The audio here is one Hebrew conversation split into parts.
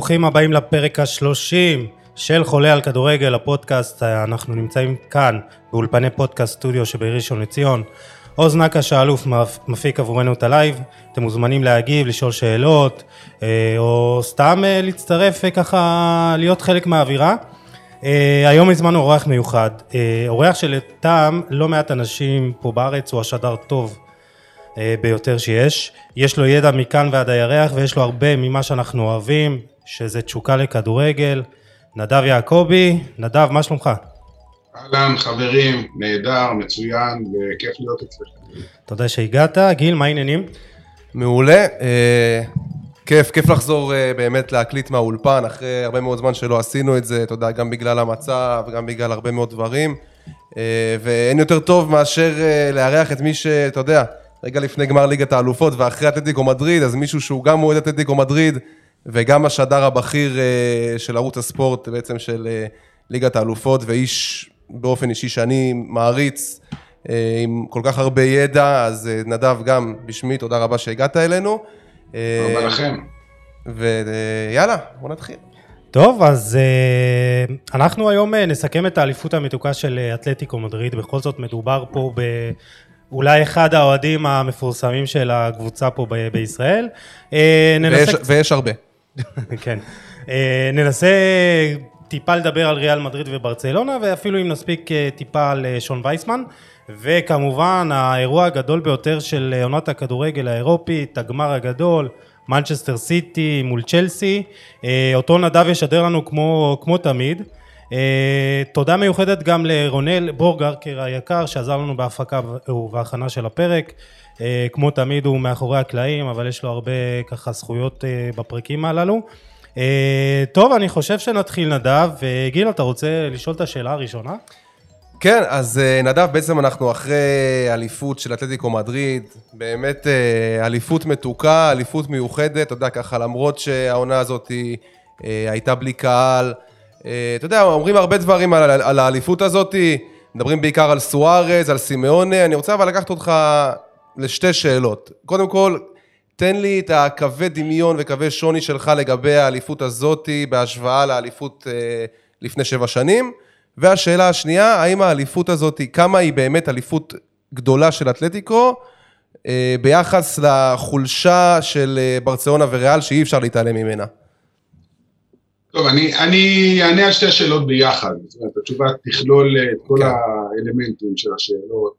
ברוכים הבאים לפרק ה-30 של חולה על כדורגל, הפודקאסט. אנחנו נמצאים כאן באולפני פודקאסט סטודיו שבראשון לציון. עוז נקש האלוף מפיק עבורנו את הלייב. אתם מוזמנים להגיב, לשאול שאלות, או סתם להצטרף וככה להיות חלק מהאווירה. היום הזמנו אורח מיוחד, אורח שלטעם לא מעט אנשים פה בארץ, הוא השדר טוב ביותר שיש. יש לו ידע מכאן ועד הירח, ויש לו הרבה ממה שאנחנו אוהבים, שזה תשוקה לכדורגל. נדב יעקבי. נדב, מה שלומך? אהלן, חברים, נהדר, מצוין, וכיף להיות אצלכם. תודה שהגעת. גיל, מה העניינים? מעולה, כיף לחזור באמת להקליט מהאולפן, אחרי הרבה מאוד זמן שלא עשינו את זה, תודה, גם בגלל המצב, וגם בגלל הרבה מאוד דברים, ואין יותר טוב מאשר לארח את מי שאתה יודע, רגע לפני גמר ליגת האלופות ואחרי אתלטיקו מדריד, אז מישהו שהוא גם אוהד אתלטיקו מדריד, וגם השדר הבכיר של ערוץ הספורט בעצם של ליגת האלופות, ואיש באופן אישי שאני מעריץ, עם כל כך הרבה ידע, אז נדב גם בשמי, תודה רבה שהגעת אלינו. תודה לכם. ויאללה, בוא נתחיל. טוב, אז אנחנו היום נסכם את האליפות המתוקה של אתלטיקו מדריד. בכל זאת מדובר פה אולי אחד האוהדים המפורסמים של הקבוצה פה בישראל. ויש הרבה. כן. ננסה טיפה לדבר על ריאל מדריד וברצלונה, ואפילו אם נספיק טיפה על שון וייסמן, וכמובן האירוע הגדול ביותר של עונת הכדורגל האירופית, הגמר הגדול, מנצ'סטר סיטי מול צ'לסי. אותו נדב ישדר לנו כמו תמיד. תודה מיוחדת גם לרונל בורגרקר היקר שעזר לנו בהפקה ובהכנה של הפרק. כמו תמיד הוא מאחורי הקלעים, אבל יש לו הרבה ככה זכויות בפרקים הללו. טוב, אני חושב שנתחיל נדב. גיל, אתה רוצה לשאול את השאלה הראשונה? כן, אז נדב, בעצם אנחנו אחרי אליפות של אתלטיקו מדריד, באמת אליפות מתוקה, אליפות מיוחדת, אתה יודע, ככה, למרות שהעונה הזאת הייתה בלי קהל, אתה יודע, אומרים הרבה דברים על האליפות הזאת, מדברים בעיקר על סוארז, על סימאונה, אני רוצה אבל לקחת אותך לשתי שאלות. קודם כל, תן לי את הקווי דמיון וקווי שוני שלך לגבי האליפות הזאת, בהשוואה לאליפות לפני 7 שנים, והשאלה השנייה, האם האליפות הזאת, כמה היא באמת אליפות גדולה של אתלטיקו, ביחס לחולשה של ברצלונה וריאל, שאי אפשר להתעלם ממנה? טוב, אני אענה על שתי השאלות ביחד, זאת אומרת, התשובה תכלול את כל האלמנטים של השאלות.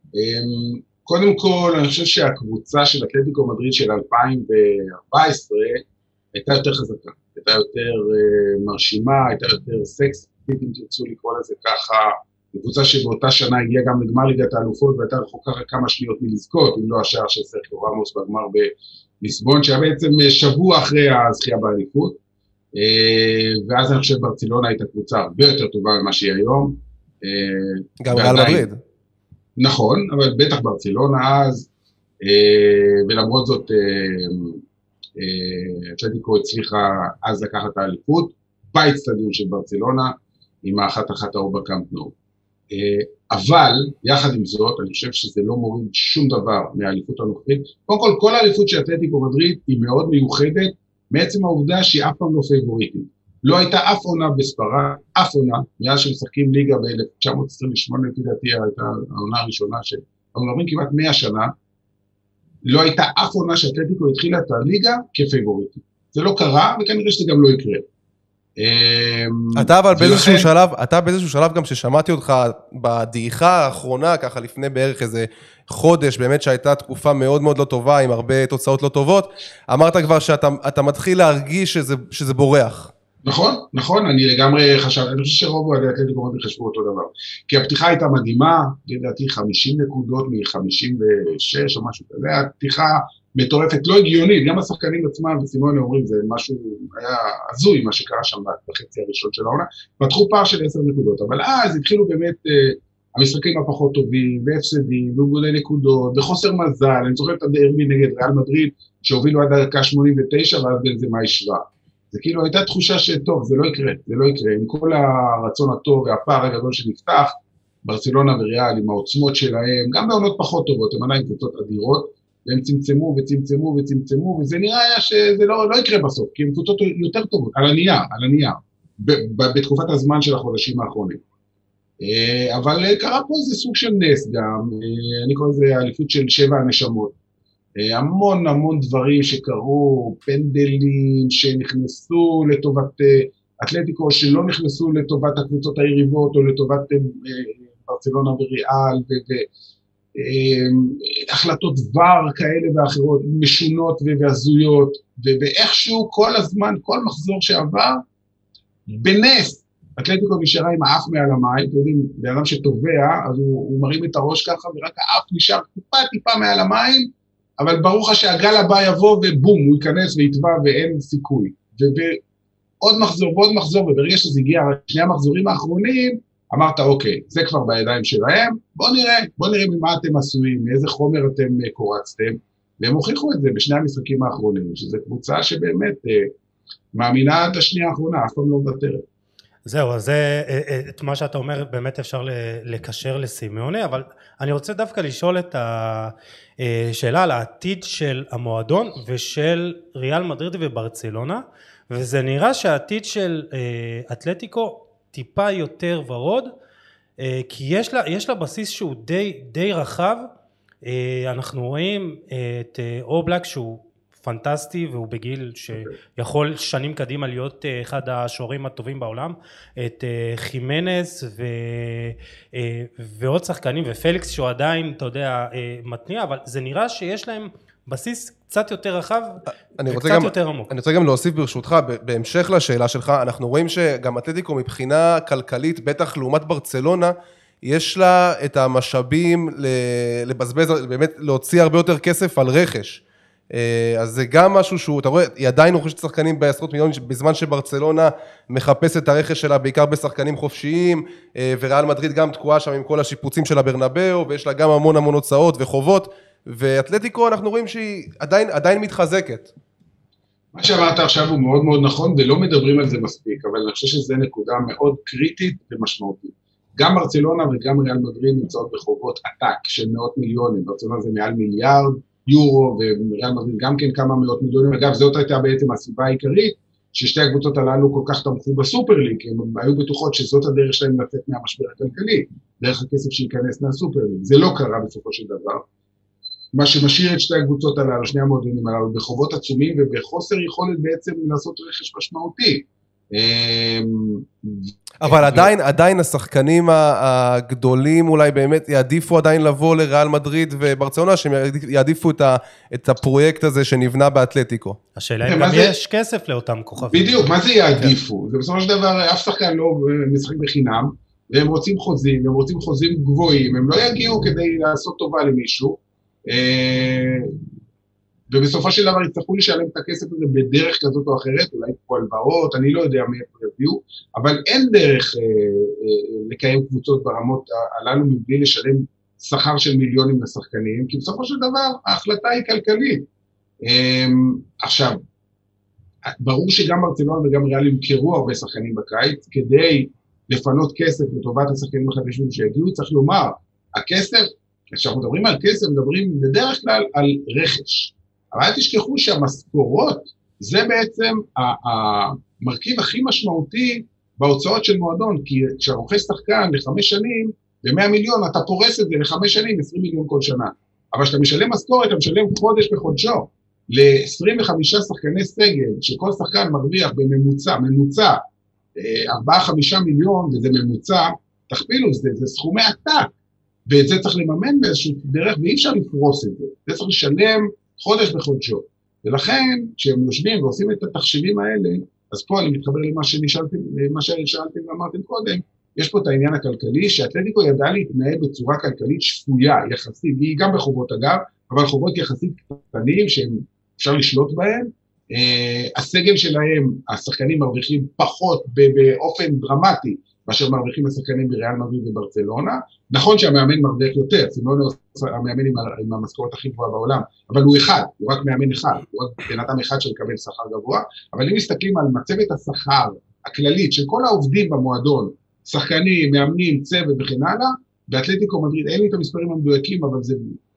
קודם כל, אני חושב שהקבוצה של אתלטיקו מדריד של 2014, הייתה יותר חזקה, הייתה יותר מרשימה, הייתה יותר סקסית, אם תרצו לקרוא לזה ככה, קבוצה שבאותה שנה הגיעה גם לגמר ליגת האלופות, והייתה רחוקה כמה שניות מלזכות, אם לא השער של סרחיו רמוס בגמר בליסבון, שהיה בעצם שבוע אחרי הזכייה באליפות, ואז אני חושב ברצלונה הייתה קבוצה הרבה יותר טובה ממה שהיא היום. גם ריאל מדריד. נכון, אבל בטח ברצלונה אז, ולמרות זאת, אתלטיקו הצליחה אז לקחת את האליפות, באצטדיון של ברצלונה, עם האחת ההוא בקאמפ נו. אבל, יחד עם זאת, אני חושב שזה לא מוריד שום דבר מהאליפות הנוכחית. קודם כל, כל האליפות של אתלטיקו מדריד היא מאוד מיוחדת, מעצם העובדה שהיא אף פעם לא פייבוריטית. לא הייתה אף עונה בספרד, אף עונה, מאז שמשחקים ליגה ב-1928, לפי דעתי הייתה העונה הראשונה אנחנו מדברים כמעט 100 שנה, לא הייתה אף עונה שאתלטיקו התחילה את הליגה כפייבוריטית. זה לא קרה, וכנראה שזה גם לא יקרה. אתה באיזשהו שלב גם ששמעתי אותך בדעיכה האחרונה, ככה לפני בערך איזה חודש, באמת שהייתה תקופה מאוד מאוד לא טובה, עם הרבה תוצאות לא טובות, אמרת כבר שאתה מתחיל להרגיש שזה בורח. נכון, אני לגמרי חשב, אני חושב שרוב אוהדי אתלטיקו מדריד חשבו אותו דבר, כי הפתיחה הייתה מדהימה, לדעתי 50 נקודות מ-56 או משהו כזה, הפתיחה מטורפת, לא הגיונית, גם השחקנים עצמם וסימון אומרים, זה משהו, היה הזוי מה שקרה שם בחצי הראשון של העונה, פתחו פער של 10 נקודות, אבל אז התחילו באמת המשחקים הפחות טובים, והפסדים, ואיבודי נקודות, וחוסר מזל, אני זוכר את הדרבי נגד ריאל מדריד, שהובילו עד הדקה 89, ואז בין זה מה ישווה. זה כאילו הייתה תחושה שטוב, זה לא יקרה, עם כל הרצון הטוב והפער הגדול שנפתח, ברצלונה וריאל עם העוצמות שלהם, גם בעונות פחות טובות, הם עדיין קבוצות אדירות, והם צמצמו וצמצמו וצמצמו, וזה נראה היה שזה לא יקרה בסוף, כי הם קבוצות יותר טובות, על הנייר, בתקופת הזמן של החודשים האחרונים. אבל קרה פה איזה סוג של נס גם, אני קורא לזה האליפות של 7 הנשמות. המון דברים שקרו, פנדלים שנכנסו לטובת אתלטיקו, שלא נכנסו לטובת הקבוצות היריבות, או לטובת ברצלונה וריאל, החלטות דבר כאלה ואחרות, משונות והזויות, ואיכשהו כל הזמן, כל מחזור שעבר, בנס, אתלטיקו נשארה עם האף מעל המים, אתם יודעים, באדם שטובע, אז הוא מרים את הראש ככה, ורק האף נשאר טיפה מעל המים, אבל ברור לך שהגל הבא יבוא ובום, הוא ייכנס ויתבע ואין סיכוי. ועוד מחזור ועוד מחזור, וברגע שזה הגיע שני המחזורים האחרונים, אמרת אוקיי, זה כבר בידיים שלהם, בוא נראה ממה אתם עשויים, מאיזה חומר אתם קורצתם, והם הוכיחו את זה בשני המשחקים האחרונים, שזו קבוצה שבאמת מאמינה עד השנייה האחרונה, אף פעם לא מוותרת. זהו, אז את מה שאתה אומר באמת אפשר לקשר לסימאונה, אבל אני רוצה דווקא לשאול את השאלה על העתיד של המועדון ושל ריאל מדריד וברצלונה, וזה נראה שהעתיד של אתלטיקו טיפה יותר ורוד, כי יש לה בסיס שהוא די רחב. אנחנו רואים את אובלק שהוא פנטסטי, והוא בגיל שיכול שנים קדימה להיות אחד השוערים הטובים בעולם, את חימנז ועוד שחקנים, ופליקס שהוא עדיין, אתה יודע, מתניע, אבל זה נראה שיש להם בסיס קצת יותר רחב וקצת יותר עמוק. אני רוצה גם להוסיף ברשותך, בהמשך לשאלה שלך, אנחנו רואים שגם אתלטיקו מבחינה כלכלית, בטח לעומת ברצלונה, יש לה את המשאבים לבזבז, באמת להוציא הרבה יותר כסף על רכש. אז זה גם משהו שהוא, אתה רואה, היא עדיין רוכשת שחקנים בעשרות מיליונים, בזמן שברצלונה מחפשת את הרכש שלה, בעיקר בשחקנים חופשיים, וריאל מדריד גם תקועה שם עם כל השיפוצים של הברנבאו, ויש לה גם המון הוצאות וחובות, ואתלטיקו אנחנו רואים שהיא עדיין מתחזקת. מה שאמרת עכשיו הוא מאוד מאוד נכון, ולא מדברים על זה מספיק, אבל אני חושב שזו נקודה מאוד קריטית ומשמעותית. גם ברצלונה וגם ריאל מדריד נמצאות בחובות עתק של מאות מיליונים, ברצלונה זה מעל מיליארד יורו, וריאל מדריד גם כן כמה מאות מיליונים. אגב, זאת הייתה בעצם הסיבה העיקרית, ששתי הקבוצות הללו כל כך תמכו בסופרליג, הם היו בטוחות שזאת הדרך שלהם לצאת מהמשבר הכלכלי, דרך הכסף שייכנס מהסופרליג. זה לא קרה בסופו של דבר. מה שמשאיר את שתי הקבוצות הללו, שני המועדונים הללו, בחובות עצומים ובחוסר יכולת בעצם לעשות רכש משמעותי. אבל עדיין השחקנים הגדולים אולי באמת יעדיפו עדיין לבוא לריאל מדריד וברצלונה, שהם יעדיפו את הפרויקט הזה שנבנה באתלטיקו. השאלה אם גם יש כסף לאותם כוכבים. בדיוק, מה זה יעדיפו? זה בסופו של דבר, אף שחקן לא משחק בחינם, והם רוצים חוזים גבוהים, הם לא יגיעו כדי לעשות טובה למישהו, ובסופו של דבר יצטרכו לשלם את הכסף הזה בדרך כזאת או אחרת, אולי פה הלוואות, אני לא יודע מאיפה יביאו, אבל אין דרך לקיים קבוצות ברמות הללו מבלי לשלם שכר של מיליונים לשחקנים, כי בסופו של דבר ההחלטה היא כלכלית. עכשיו, ברור שגם ברצלונה וגם ריאל ימכרו הרבה שחקנים בקיץ, כדי לפנות כסף לטובת השחקנים החדשים שיגיעו, צריך לומר, הכסף, כשאנחנו מדברים על כסף, מדברים בדרך כלל על רכש. אבל אל תשכחו שהמשכורות זה בעצם המרכיב הכי משמעותי בהוצאות של מועדון, כי כשרוכש שחקן ל5 שנים, ב100 מיליון אתה פורס את זה ל5 שנים, 20 מיליון כל שנה. אבל כשאתה משלם משכורת, אתה משלם חודש בחודשו, ל25 שחקני סגל, שכל שחקן מרוויח בממוצע, 4-5 מיליון, וזה ממוצע, תכפילו, זה סכומי עתק, ואת זה צריך לממן באיזשהו דרך, ואי אפשר לפרוס את זה. זה צריך לשלם חודש בחודשו. ולכן, כשהם יושבים ועושים את התחשיבים האלה, אז פה אני מתחבר למה ששאלתם ואמרתם קודם, יש פה את העניין הכלכלי, שאתלטיקו ידעה להתנהל בצורה כלכלית שפויה, יחסית, היא גם בחובות אגב, אבל חובות יחסית קטנים, שאפשר לשלוט בהם, הסגל שלהם, השחקנים מרוויחים פחות באופן דרמטי, מאשר מרוויחים השחקנים בריאל מדריד וברצלונה. נכון שהמאמן מרוויח יותר, סימאונה המאמן עם המשכורת הכי גבוהה בעולם, אבל הוא אחד, הוא רק מאמן אחד, הוא רק בן אדם אחד שמקבל שכר גבוה, אבל אם מסתכלים על מצבת השכר הכללית של כל העובדים במועדון, שחקנים, מאמנים, צוות וכן הלאה, באתלטיקו מדריד, אין לי את המספרים המדויקים, אבל זה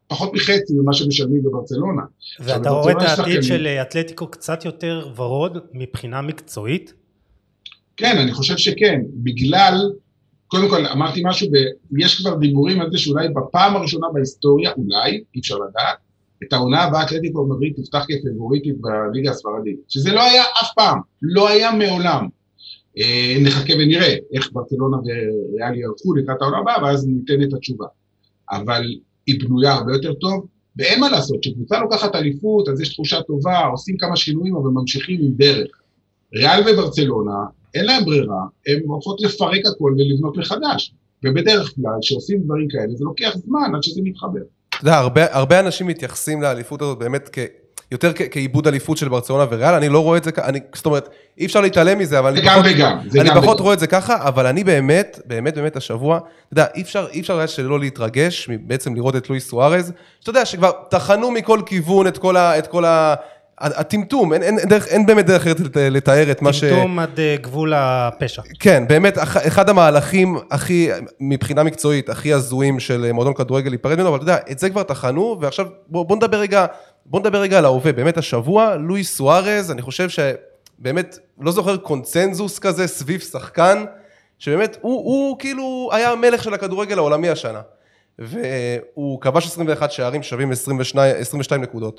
פחות מחצי ממה שמשלמים בברצלונה. ואתה רואה את העתיד של אתלטיקו קצת יותר ורוד מבחינה מקצועית? כן, אני חושב שכן, בגלל, קודם כל אמרתי משהו, יש כבר דיבורים על זה שאולי בפעם הראשונה בהיסטוריה, אולי, אי אפשר לדעת, את העונה הבאה אתלטיקו מדריד תפתח כפייבוריטית בליגה הספרדית, שזה לא היה אף פעם, לא היה מעולם. נחכה ונראה איך ברצלונה וריאל יערכו לקראת העונה הבאה, ואז ניתן את התשובה. אבל היא בנויה הרבה יותר טוב, ואין מה לעשות, כשקבוצה לוקחת אליפות, אז יש תחושה טובה, עושים כמה שינויים, אבל ממשיכים עם דרך. ריאל וברצלונה, אין להם ברירה, הם הולכות לפרק הכל ולבנות מחדש. ובדרך כלל, כשעושים דברים כאלה, זה לוקח זמן עד שזה מתחבר. אתה יודע, הרבה אנשים מתייחסים לאליפות הזאת באמת יותר כעיבוד אליפות של ברצלונה וריאל, אני לא רואה את זה ככה, זאת אומרת, אי אפשר להתעלם מזה, אבל אני פחות רואה את זה ככה, אבל אני באמת השבוע, אתה יודע, אי אפשר שלא להתרגש, בעצם לראות את לואיס סוארז, שאתה יודע, שכבר תחנו מכל כיוון את כל הטמטום, אין באמת דרך אחרת לתאר את מה טמטום עד גבול הפשע. כן, באמת, אחד המהלכים הכי, מבחינה מקצועית, הכי הזויים של מועדון כדורגל להיפרד ממנו, אבל אתה יודע, את זה כבר תחנו, ועכשיו בוא נדבר רגע על ההווה, באמת השבוע, לואיס סוארז, אני חושב שבאמת, לא זוכר קונצנזוס כזה סביב שחקן, שבאמת הוא כאילו היה המלך של הכדורגל העולמי השנה, והוא כבש 21 שערים שווים 22 נקודות.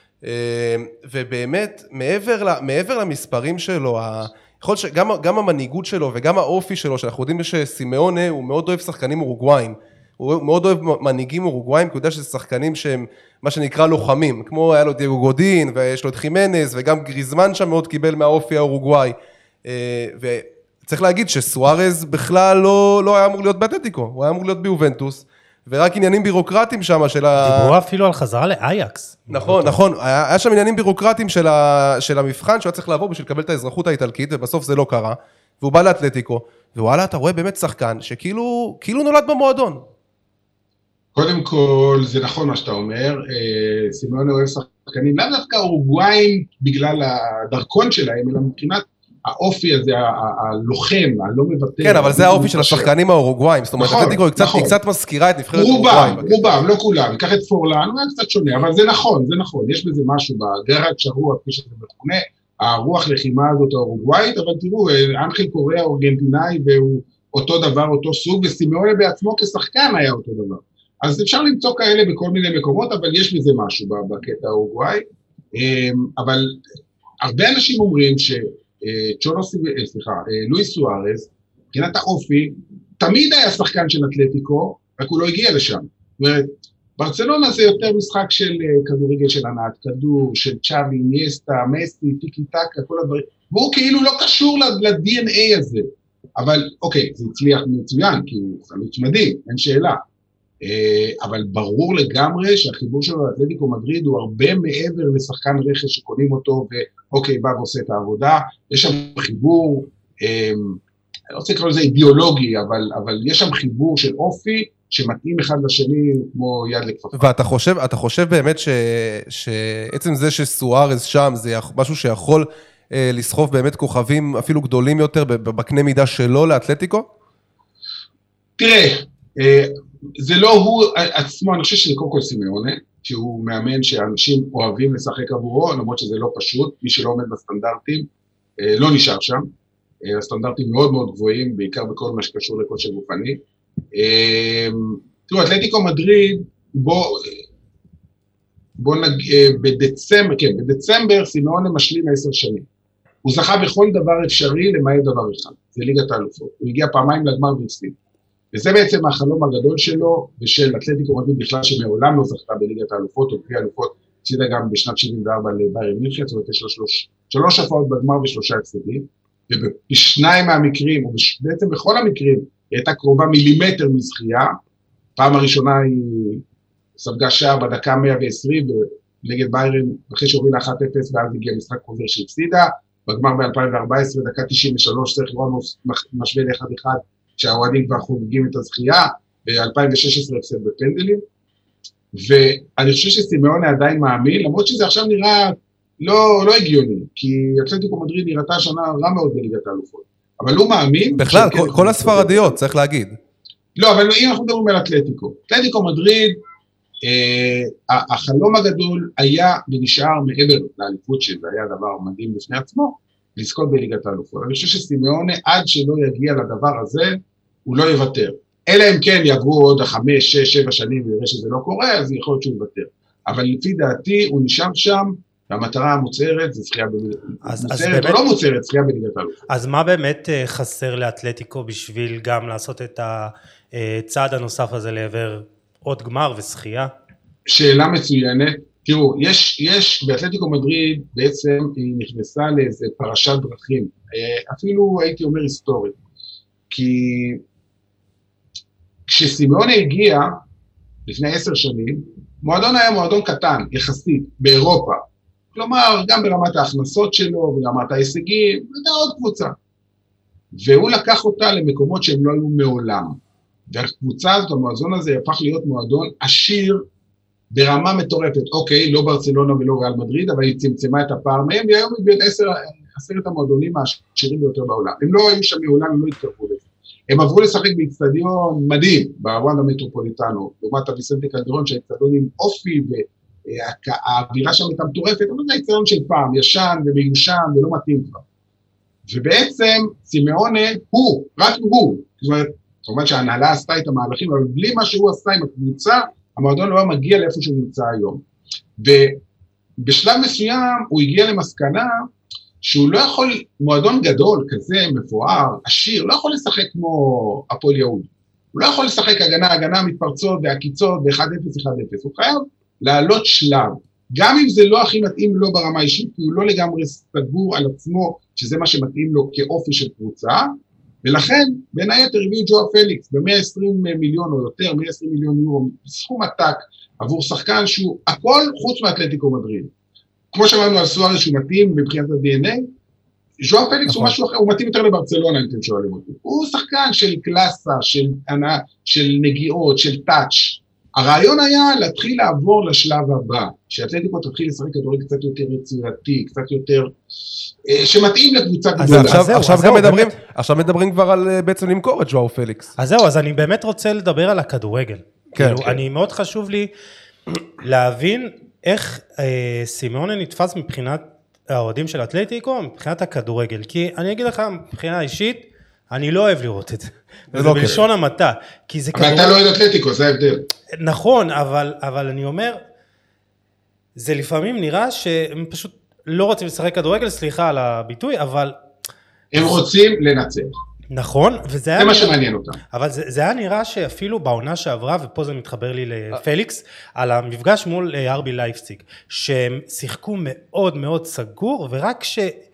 ובאמת, מעבר למספרים שלו, יכול להיות שגם המנהיגות שלו וגם האופי שלו, שאנחנו יודעים שסימאונה הוא מאוד אוהב שחקנים אורוגוואים, הוא מאוד אוהב מנהיגים אורוגוואים, כי הוא יודע שזה שחקנים שהם מה שנקרא לוחמים, כמו היה לו דייגו גודין, ויש לו את חימנז, וגם גריזמן שם מאוד קיבל מהאופי האורוגוואי, וצריך להגיד שסוארז בכלל לא היה אמור להיות באתלטיקו, הוא היה אמור להיות ביובנטוס, ורק עניינים בירוקרטיים שם של דיברו אפילו על חזרה לאייקס. נכון, היה שם עניינים בירוקרטיים של המבחן, שהוא היה צריך לעבור בשביל לקבל את האזרחות האיטלקית, ובסוף זה לא קרה, והוא בא לאתלטיקו, ווואלה, אתה רואה באמת שחקן, שכאילו נולד במועדון. קודם כל, זה נכון מה שאתה אומר, סימאונה אוהב שחקנים, לאו דווקא אורוגוואים בגלל הדרכון שלהם, אלא מבחינת האופי הזה, הלוחם, הלא מבטא. כן, אבל זה האופי של השחקנים האורוגוואים, זאת אומרת, אתלטיקו היא קצת מזכירה את נבחרת אורוגוואים. רובם, לא כולם, ניקח את פורלן, הוא היה קצת שונה, אבל זה נכון, יש בזה משהו, בגרד שרוע, כפי שזה מכונה, הרוח לחימה הזאת האורוגוואית, אבל תראו, אנחל קוריאה ארגנטינאי, והוא אותו דבר, אותו סוג, וסימאונה בעצמו כשחקן היה אותו דבר. אז אפשר למצוא כאלה בכל מיני מקומות, אבל יש בזה משהו בקטע האורוגוואי. אבל הרבה אנשים אומרים לואיס סוארז, מבחינת האופי, תמיד היה שחקן של אתלטיקו, רק הוא לא הגיע לשם. זאת אומרת, ברצלונה זה יותר משחק של כדורגל של הנעת כדור, של צ'אבי, ניאסטה, מסי, טיקי טקה, כל הדברים, והוא כאילו לא קשור ל-DNA הזה. אבל אוקיי, זה הצליח מצוין, כי הוא חלוץ מדהים, אין שאלה. אבל ברור לגמרי שהחיבור שלו לאתלטיקו מדריד הוא הרבה מעבר לשחקן רכש שקונים אותו, ואוקיי, בא ועושה את העבודה, יש שם חיבור, אני לא רוצה לקרוא לזה אידיאולוגי, אבל יש שם חיבור של אופי, שמתאים אחד לשני כמו יד לכפפה. ואתה חושב באמת שעצם זה שסוארז שם, זה משהו שיכול לסחוף באמת כוכבים אפילו גדולים יותר בקנה מידה שלו לאתלטיקו? תראה, זה לא הוא עצמו, אני חושב שזה קודם כל סימאונה, שהוא מאמן שאנשים אוהבים לשחק עבורו, למרות שזה לא פשוט, מי שלא עומד בסטנדרטים, לא נשאר שם, הסטנדרטים מאוד מאוד גבוהים, בעיקר בכל מה שקשור לכושר גופני. תראו, אתלטיקו מדריד, בדצמבר סימאונה משלים 10 שנים. הוא זכה בכל דבר אפשרי למעט דבר אחד, זה ליגת האלופות. הוא הגיע פעמיים לגמר והפסיד. וזה בעצם החלום הגדול שלו, ושל אתלטיקו מדריד בכלל שמעולם לא זכתה בליגת האלופות, או גביע האלופות, הפסידה גם בשנת 74 לביירן מינכן, זאת אומרת יש לו 3 הופעות בגמר ו3 הפסדים, ובשניים מהמקרים, ובעצם בכל המקרים, היא הייתה קרובה מילימטר מזכייה, פעם הראשונה היא ספגה שער בדקה 120, נגד ביירן, אחרי שהובילה 1-0, ואז הגיע משחק חוזר שהפסידה, בגמר ב-2014, דקה 93, צריך לראות משווה ל-1-1, שהאוהדים כבר חוגגים את הזכייה, ב-2016 הפסד בפנדלים, ואני חושב שסימאונה עדיין מאמין, למרות שזה עכשיו נראה לא הגיוני, כי אתלטיקו מדריד נראתה שנה רע מאוד בליגת האלופות, אבל הוא מאמין... בכלל, כל הספרדיות, צריך להגיד. לא, אבל אם אנחנו מדברים על אתלטיקו מדריד, החלום הגדול היה ונשאר מעבר לאליפות, שזה היה דבר מדהים בפני עצמו, לזכות בליגת האלופות. אני חושב שסימאונה עד שלא יגיע לדבר הזה, הוא לא יוותר. אלא אם כן יעברו עוד 5, 6, 7 שנים ויראה שזה לא קורה, אז יכול להיות שהוא יוותר. אבל לפי דעתי הוא נשאר שם, והמטרה המוצהרת זה זכייה בליגת האלופות, או לא מוצהרת, זכייה בליגת האלופות. אז מה באמת חסר לאתלטיקו בשביל גם לעשות את הצעד הנוסף הזה לעבר עוד גמר וזכייה? שאלה מצוינת. תראו, יש באתלטיקו מדריד בעצם היא נכנסה לאיזה פרשת דרכים, אפילו הייתי אומר היסטורית, כי כשסימאונה הגיע לפני 10 שנים, מועדון היה מועדון קטן, יחסית, באירופה, כלומר גם ברמת ההכנסות שלו וברמת ההישגים, הייתה עוד קבוצה, והוא לקח אותה למקומות שהם לא היו מעולם, והקבוצה הזאת, המועדון הזה הפך להיות מועדון עשיר, ברמה מטורפת, אוקיי, לא ברצלונה ולא ריאל מדריד, אבל היא צמצמה את הפער מהם, והיום היא בין 10 המועדונים העשירים ביותר בעולם. הם לא היו שם מעולם, הם לא התקרבו לזה. הם עברו לשחק באצטדיון מדהים, בוואנדה מטרופוליטנו, לעומת הוויסנטה קלדרון, שהאצטדיון עם אופי, והאווירה שם הייתה מטורפת, אבל זה האצטדיון של פעם, ישן ומיושן, ולא מתאים כבר. ובעצם, סימאונה, הוא, רק הוא, זאת אומרת, כמובן שההנהלה עשתה את המהלכים, אבל בלי מה שהוא עשה עם הקבוצה, המועדון לא מגיע לאיפה שהוא נמצא היום. ובשלב מסוים הוא הגיע למסקנה שהוא לא יכול, מועדון גדול כזה, מפואר, עשיר, לא יכול לשחק כמו הפועל יהוד. הוא לא יכול לשחק הגנה מתפרצות והקיצות ב-1-0, 1-0. הוא חייב לעלות שלב. גם אם זה לא הכי מתאים לו ברמה אישית, הוא לא לגמרי סגור על עצמו, שזה מה שמתאים לו כאופי של קבוצה, ולכן, בין היתר הביאו ג'ואו פליקס, ב-120 מיליון או יותר, 120 מיליון יורו, סכום עתק, עבור שחקן שהוא הכל חוץ מאתלטיקו מדריד. כמו שאמרנו על סוארס שהוא מתאים מבחינת ה-DNA, ג'ואו פליקס הוא משהו אחר, הוא מתאים יותר לברצלונה, אם אתם שואלים אותי. הוא שחקן של קלאסה, של נגיעות, של טאץ'. הרעיון היה להתחיל לעבור לשלב הבא, שאתלטיקו תתחיל לשחק כדורגל קצת יותר יצירתי, קצת יותר, שמתאים לקבוצה גדולה. עכשיו מדברים כבר על בעצם למכור את ג'ואו פליקס. אז זהו, אז אני באמת רוצה לדבר על הכדורגל. אני מאוד חשוב לי להבין איך סימאונה נתפס מבחינת האוהדים של אתלטיקו, מבחינת הכדורגל, כי אני אגיד לך, מבחינה אישית, אני לא אוהב לראות את זה. זה בלשון המעטה. אבל אתה לא אוהד אתלטיקו, זה ההבדל. נכון, אבל אני אומר, זה לפעמים נראה שהם פשוט לא רוצים לשחק כדורגל, סליחה על הביטוי, אבל... הם רוצים לנצח. נכון, זה מה שמעניין אותם. אבל זה היה נראה שאפילו בעונה שעברה, ופה זה מתחבר לי לפליקס, על המפגש מול ארבי לייפציג, שהם שיחקו מאוד מאוד סגור, ורק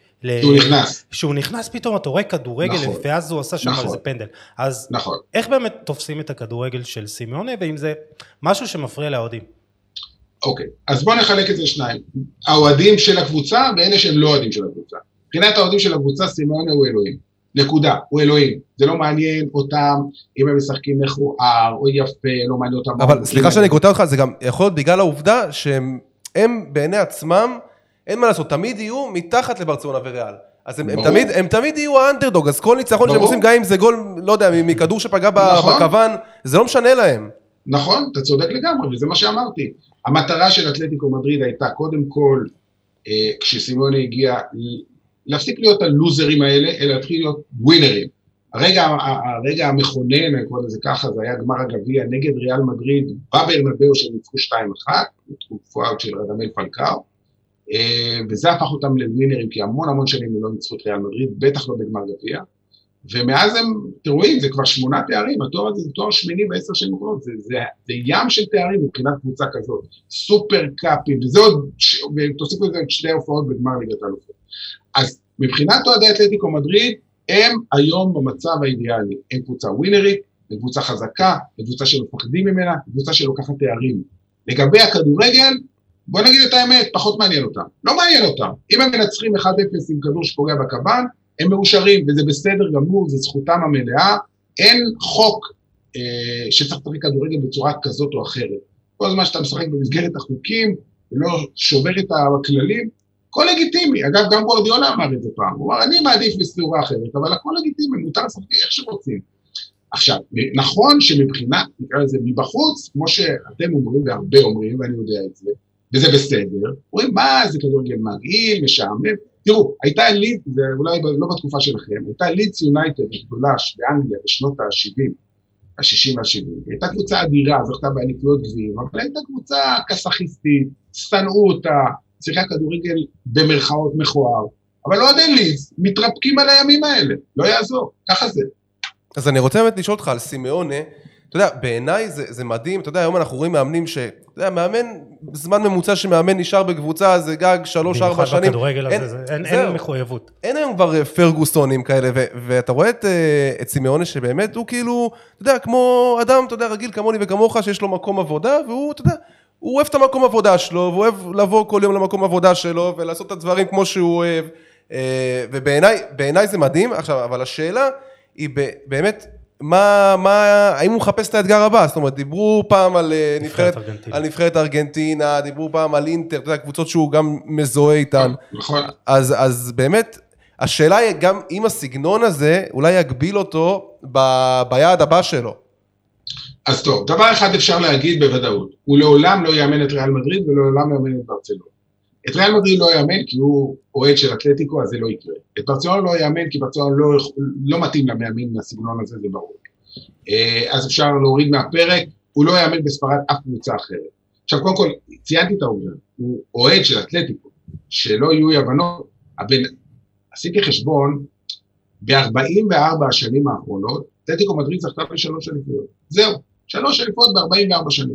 שהוא נכנס פתאום, אתה רואה כדורגל, ואז הוא עשה שם על זה פנדל. אז איך באמת תופסים את הכדורגל של סימאונה, ואם זה משהו שמפריע לאוהדים? אוקיי, אז בואו נחלק את זה לשניים. האוהדים של הקבוצה, ואלה שהם לא אוהדים של הקבוצה. מבחינת האוהדים של הקבוצה, סימאונה הוא אלוהים. נקודה, הוא אלוהים. זה לא מעניין אותם, אם הם משחקים מכוער, או יפה, לא מעניין אותם. אבל סליחה שאני קוטע אותך, זה גם יכול להיות בגלל העובדה שהם בעיני עצמם, אין מה לעשות, תמיד יהיו מתחת לברצלונה וריאל. אז הם תמיד יהיו האנדרדוג, אז כל ניצחון שהם עושים, גם אם זה גול, לא יודע, מכדור שפגע בכוון, זה לא משנה להם. נכון, אתה צודק לגמרי, וזה מה שאמרתי. המטרה של אתלטיקו מדריד הייתה קודם כל, כשסימאונה הגיע, להפסיק להיות הלוזרים האלה, אלא להתחיל להיות ווינרים. הרגע המכונן, אני קורא לזה ככה, זה היה גמר הגביע נגד ריאל מדריד, בברנבאו שהם ניצחו 2-1, תקופה של רדמל פלקאו, וזה הפך אותם לווינרים, כי המון שנים הם לא ניצחו את ריאל מדריד, בטח לא בגמר גביע, ומאז הם, תראוים, זה כבר 8 תארים, התואר הזה זה תואר שמיני ב10 שנים אחרונות, זה ים של תארים מבחינת קבוצה כזאת, סופר קאפי, וזה עוד, ותוסיפו את זה 2 הופעות בגמר ליגת האלופות. אז מבחינת אוהדי אתלטיקו מדריד, הם היום במצב האידיאלי, הם קבוצה ווינרית, הם קבוצה חזקה, הם קבוצה שמפחדים ממנה, הם קבוצה שלוקחת תארים. לגבי הכדורגל, בוא נגיד את האמת, פחות מעניין אותם. לא מעניין אותם. אם הם מנצחים 1-0 עם כדור שפוגע בקבן, הם מאושרים, וזה בסדר גמור, זה זכותם המלאה. אין חוק שצריך לשחק כדורגל בצורה כזאת או אחרת. כל הזמן שאתה משחק במסגרת החוקים, ולא שובר את הכללים, הכל לגיטימי. אגב, גם גוארדיולה אמר את זה פעם. הוא אמר, אני מעדיף בסתירה אחרת, אבל הכל לגיטימי, מותר לשחק איך שרוצים. עכשיו, נכון שמבחינה, נקרא לזה מבחוץ, כמו שאתם אומרים והרבה אומרים, ואני יודע את זה, וזה בסדר, אומרים, מה, זה כדורגל מגעיל, משעמם. תראו, הייתה לידס, זה אולי לא בתקופה שלכם, הייתה לידס יונייטד גדולה באנגליה בשנות ה-70, ה-60 וה-70. הייתה קבוצה אדירה, זכתה באליפויות גביעים, אבל הייתה קבוצה קסאכיסטית, שנאו אותה, שיחקה כדורגל במרכאות מכוער, אבל לא עדיין לידס, מתרפקים על הימים האלה, לא יעזור, ככה זה. אז אני רוצה באמת לשאול אותך על סימאונה, אתה יודע, בעיניי זה מדהים, אתה יודע, היום אנחנו רואים מאמנים אתה יודע, מאמן, זמן ממוצע שמאמן נשאר בקבוצה, זה גג 3-4 שנים. במיוחד בכדורגל הזה, אין מחויבות. אין היום כבר פרגוסונים כאלה, ואתה רואה את סימאונה שבאמת הוא כאילו, אתה יודע, כמו אדם, אתה יודע, רגיל כמוני וכמוך, שיש לו מקום עבודה, והוא, אתה יודע, הוא אוהב את המקום עבודה שלו, והוא אוהב לבוא כל יום למקום עבודה שלו, ולעשות את הדברים כמו שהוא אוהב, ובעיניי זה מדהים. עכשיו, אבל השאלה היא באמת, האם הוא מחפש את האתגר הבא? זאת אומרת, דיברו פעם על נבחרת ארגנטינה, דיברו פעם על אינטר, אתה יודע, קבוצות שהוא גם מזוהה איתן. נכון. אז באמת, השאלה היא גם אם הסגנון הזה, אולי יגביל אותו ביעד הבא שלו. אז טוב, דבר אחד אפשר להגיד בוודאות, הוא לעולם לא יאמן את ריאל מדריד ולעולם לא יאמן את ברצלונה. את ריאל מדריד לא יאמן כי הוא אוהד של אתלטיקו, אז זה לא יקרה. את ברצלונה לא יאמן כי ברצלונה לא מתאים למאמין מהסגנון הזה, זה ברור. אז אפשר להוריד מהפרק, הוא לא יאמן בספרד אף קבוצה אחרת. עכשיו קודם כל, ציינתי את העובדה, הוא אוהד של אתלטיקו, שלא יהיו יבנות, עשיתי חשבון, ב-44 השנים האחרונות, אתלטיקו מדריד זכתה ב3 אליפויות. זהו, 3 אליפויות ב-44 שנים.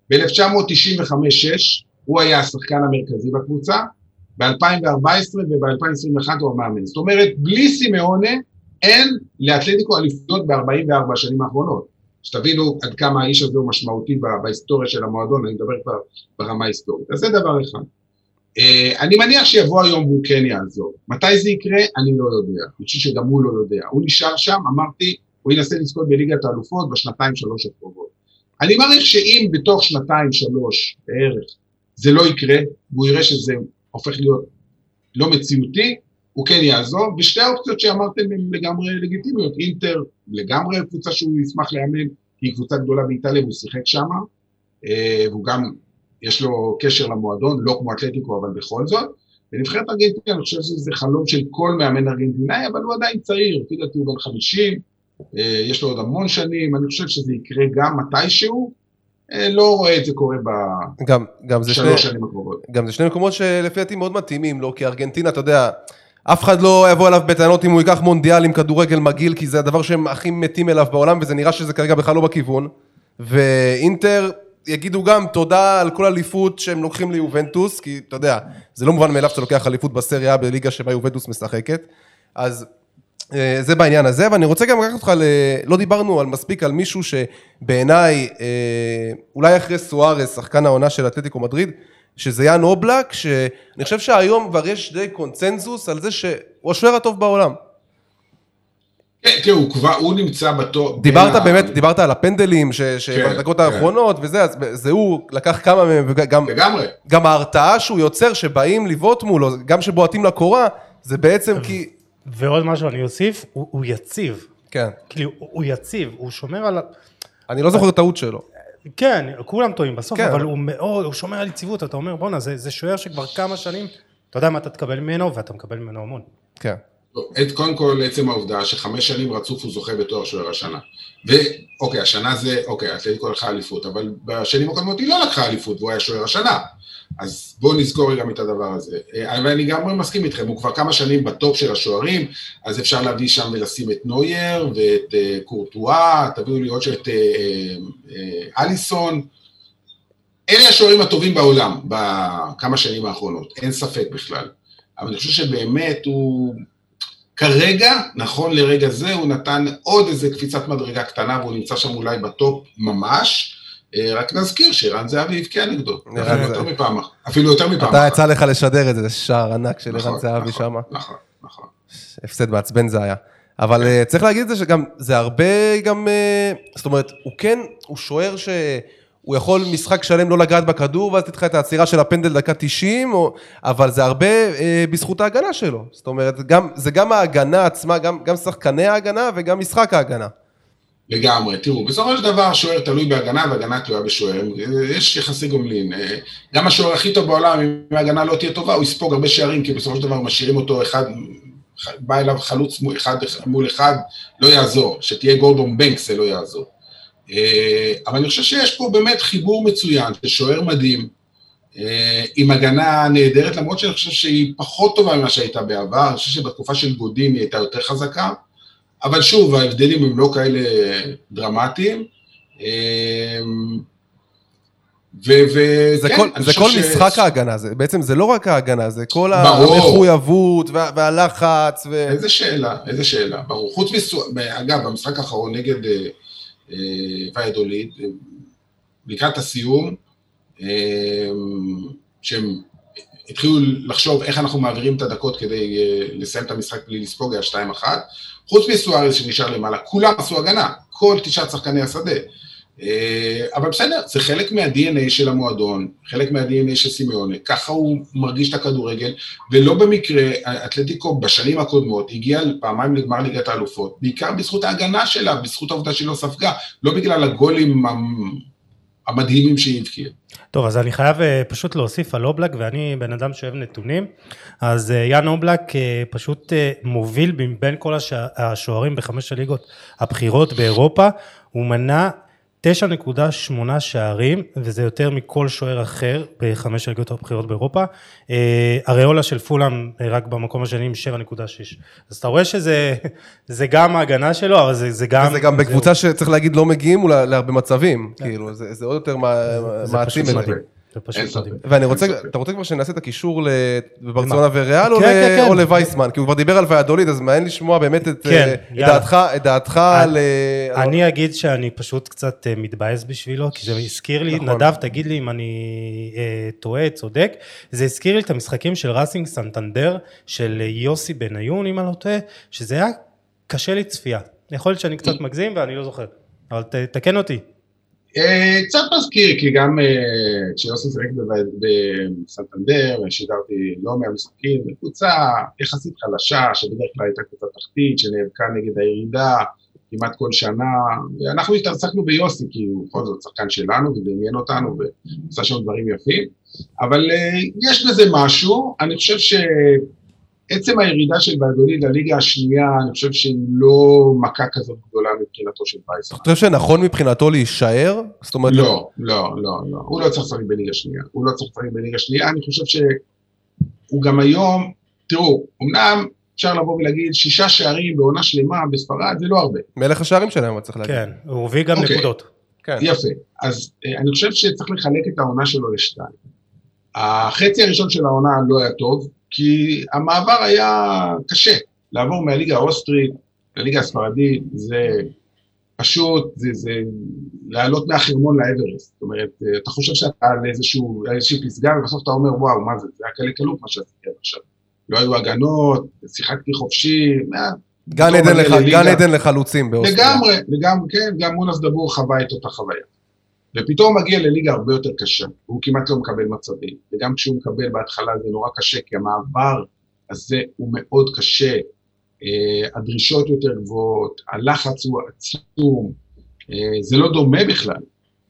ב-1995-6, הוא היה השחקן המרכזי בקבוצה, ב-2014 וב-2021 הוא המאמן. זאת אומרת, בלי סימאונה, אין לאתלטיקו אליפויות ב-44 השנים האחרונות. שתבינו עד כמה האיש הזה הוא משמעותי בהיסטוריה של המועדון, אני מדבר כבר ברמה ההיסטורית. אז זה דבר אחד. אני מניח שיבוא היום והוא כן יעזור. מתי זה יקרה? אני לא יודע. אני חושב שגם הוא לא יודע. הוא נשאר שם, אמרתי, הוא ינסה לזכות בליגת האלופות בשנתיים-שלוש הקרובות. אני מעריך שאם בתוך שנתיים-שלוש בערך זה לא יקרה, והוא יראה שזה הופך להיות לא מציאותי, הוא כן יעזור, ושתי האופציות שאמרתם הן לגמרי לגיטימיות. אינטר לגמרי קבוצה שהוא ישמח לאמן, היא קבוצה גדולה באיטליה, והוא שיחק שם, והוא גם, יש לו קשר למועדון, לא כמו אתלטיקו, אבל בכל זאת. ונבחרת ארגנטינה, אני חושב שזה חלום של כל מאמן ארגנטינאי, אבל הוא עדיין צעיר, לפי דעתי הוא בן 50, יש לו עוד המון שנים, אני חושב שזה יקרה גם מתישהו, לא רואה את זה קורה בשלוש שנים הקרובות. גם זה שני מקומות שלפי דעתי מאוד מתאימים לו, כי ארגנטינה, אתה יודע, אף אחד לא יבוא אליו בטענות אם הוא ייקח מונדיאל עם כדורגל מגעיל, כי זה הדבר שהם הכי מתים אליו בעולם, וזה נראה שזה כרגע בכלל לא בכיוון. ואינטר יגידו גם תודה על כל אליפות שהם לוקחים ליובנטוס, כי אתה יודע, זה לא מובן מאליו שאתה לוקח אליפות בסריה בליגה שבה יובנטוס משחקת. אז זה בעניין הזה, ואני רוצה גם לקחת אותך, לא דיברנו על מספיק על מישהו שבעיניי, אולי אחרי סוארס, שחקן העונה של אתלטיקו מדריד, שזה יאן אובלק, שאני חושב שהיום כבר יש די קונצנזוס על זה שהוא השוער הטוב בעולם. כן, הוא נמצא בתור... דיברת על הפנדלים שבדקות האחרונות וזה, אז זה הוא לקח כמה מהם, וגם ההרתעה שהוא יוצר שבאים לבעוט מולו, גם שבועטים לקורה, זה בעצם כי... ועוד משהו אני אוסיף, הוא יציב. כן. כאילו, הוא יציב, הוא שומר על... אני לא זוכר את הטעות שלו. כן, כולם טועים בסוף, אבל הוא שומר על יציבות, אתה אומר, בונה, זה שוער שכבר כמה שנים, אתה יודע מה אתה תקבל ממנו, ואתה מקבל ממנו המון. כן. קודם כל, עצם העובדה ש5 שנים רצוף הוא זוכה בתואר שוער השנה. ואוקיי, השנה זה, אוקיי, אתלטיקו לקחה אליפות, אבל בשנים הקודמות היא לא לקחה אליפות, והוא היה שוער השנה. אז בואו נזכור גם את הדבר הזה. אבל אני גם מסכים איתכם, הוא כבר כמה שנים בטופ של השוערים, אז אפשר להביא שם ולשים את נוייר ואת קורטואה, תביאו לי עוד שאת אליסון. אלה השוערים הטובים בעולם, בכמה שנים האחרונות, אין ספק בכלל. אבל אני חושב שבאמת הוא, כרגע, נכון לרגע זה, הוא נתן עוד איזה קפיצת מדרגה קטנה, והוא נמצא שם אולי בטופ ממש, רק נזכיר שרן זהבי הבקיע נגדו, אפילו יותר מפעם. אתה יצא לך לשדר את זה, זה שער ענק של רן זהבי שם. נכון. הפסד מעצבן זה היה. אבל צריך להגיד את זה שגם, זה הרבה גם, זאת אומרת, הוא שוער שהוא יכול משחק שלם לא לגעת בכדור, ואז תתחיל את העצירה של הפנדל דקה 90, אבל זה הרבה בזכות ההגנה שלו. זאת אומרת, זה גם ההגנה עצמה, גם שחקני ההגנה וגם משחק ההגנה. לגמרי, תראו, בסופו של דבר שוער תלוי בהגנה והגנה תלויה בשוער, יש יחסי גומלין, גם השוער הכי טוב בעולם, אם ההגנה לא תהיה טובה, הוא יספוג הרבה שערים, כי בסופו של דבר משאירים אותו אחד, בא אליו חלוץ אחד מול אחד, לא יעזור, שתהיה גורדון בנקס זה לא יעזור. אבל אני חושב שיש פה באמת חיבור מצוין, ששוער מדהים, עם הגנה נהדרת, למרות שאני חושב שהיא פחות טובה ממה שהייתה בעבר, אני חושב שבתקופה של גודים היא הייתה יותר חזקה, אבל שוב, ההבדלים הם לא כאלה דרמטיים, זה כל משחק ההגנה, בעצם זה לא רק ההגנה, זה כל המחויבות והלחץ. איזה שאלה, ברור. חוץ אגב, במשחק האחרון נגד ויאדוליד, לקראת הסיום, שהם התחילו לחשוב איך אנחנו מעבירים את הדקות כדי לסיים את המשחק בלי לספוג, היה 2-1, חוץ מסוארז שנשאר למעלה, כולם עשו הגנה, כל 9 שחקני השדה, אבל בסדר, זה חלק מה-DNA של המועדון, חלק מה-DNA של סימיונה, ככה הוא מרגיש את הכדורגל, ולא במקרה, אתלטיקו בשנים הקודמות הגיע פעמיים לגמר ליגת האלופות, בעיקר בזכות ההגנה שלה, בזכות העובדה שהיא לא ספגה, לא בגלל הגולים המדהימים שהיא הבקיעה. טוב, אז אני חייב פשוט להוסיף על אובלק, ואני בן אדם שאוהב נתונים, אז יאן אובלק פשוט מוביל בין כל השוערים ב5 הליגות הבכירות באירופה, הוא מנה 9.8 שערים, וזה יותר מכל שוער אחר ב5 הליגות הבכירות באירופה, אריולה של פולאם רק במקום השני עם 7.6, אז אתה רואה שזה גם ההגנה שלו, אבל זה גם... וזה גם בקבוצה שצריך להגיד לא מגיעים להרבה מצבים, כאילו, זה עוד יותר מעצים את זה. ואני רוצה, אתה רוצה כבר שנעשה את הקישור לברצלונה וריאל או לווייסמן, כי הוא כבר דיבר על ויאדוליד, אז מעניין לשמוע באמת את דעתך על... אני אגיד שאני פשוט קצת מתבאס בשבילו, כי זה הזכיר לי, נדב, תגיד לי אם אני טועה, צודק, זה הזכיר לי את המשחקים של ראסינג סנטנדר, של יוסי בניון, אם אני לא טועה, שזה היה קשה לי צפייה. יכול להיות שאני קצת מגזים ואני לא זוכר, אבל תקן אותי. קצת מזכיר, כי גם כשיוסי זרק בסנטנדר, שידרתי לא מהמשחקים, בקבוצה יחסית חלשה, שבדרך כלל הייתה קבוצה תחתית, שנאבקה נגד הירידה, כמעט כל שנה, אנחנו התעסקנו ביוסי, כי הוא בכל זאת שחקן שלנו, וזה עניין אותנו, ועושה שם דברים יפים, אבל יש בזה משהו, אני חושב ש... עצם הירידה של ויאדוליד לליגה השנייה, אני חושב שהיא לא מכה כזאת גדולה מבחינתו של וייסמן. אתה חושב שנכון מבחינתו להישאר? לא, הוא לא צריך לשחק בליגה שנייה, אני חושב שהוא גם היום, תראו, אמנם אפשר לבוא ולהגיד 6 שערים בעונה שלמה בספרד, זה לא הרבה. מלך השערים שלהם, צריך להגיד. כן, הוא הביא גם נקודות. יפה, אז אני חושב שצריך לחלק את העונה שלו לשתיים. החצי הראשון של העונה לא היה טוב, כי המעבר היה קשה, לעבור מהליגה האוסטרית לליגה הספרדית, זה פשוט, זה לעלות מהחרמון לאברסט, זאת אומרת, אתה חושב שאתה על איזושהי פסגה, ובסוף אתה אומר, וואו, מה זה היה קלה קלות מה שעשיתי עכשיו, לא היו הגנות, שיחקתי חופשי, גן עדן לחלוצים באוסטריה. לגמרי, כן, גם מונס דבור חווה את אותה חוויה. ופתאום מגיע לליגה הרבה יותר קשה, הוא כמעט לא מקבל מצבים, וגם כשהוא מקבל בהתחלה זה נורא קשה, כי המעבר הזה הוא מאוד קשה, הדרישות יותר גבוהות, הלחץ הוא עצום, זה לא דומה בכלל,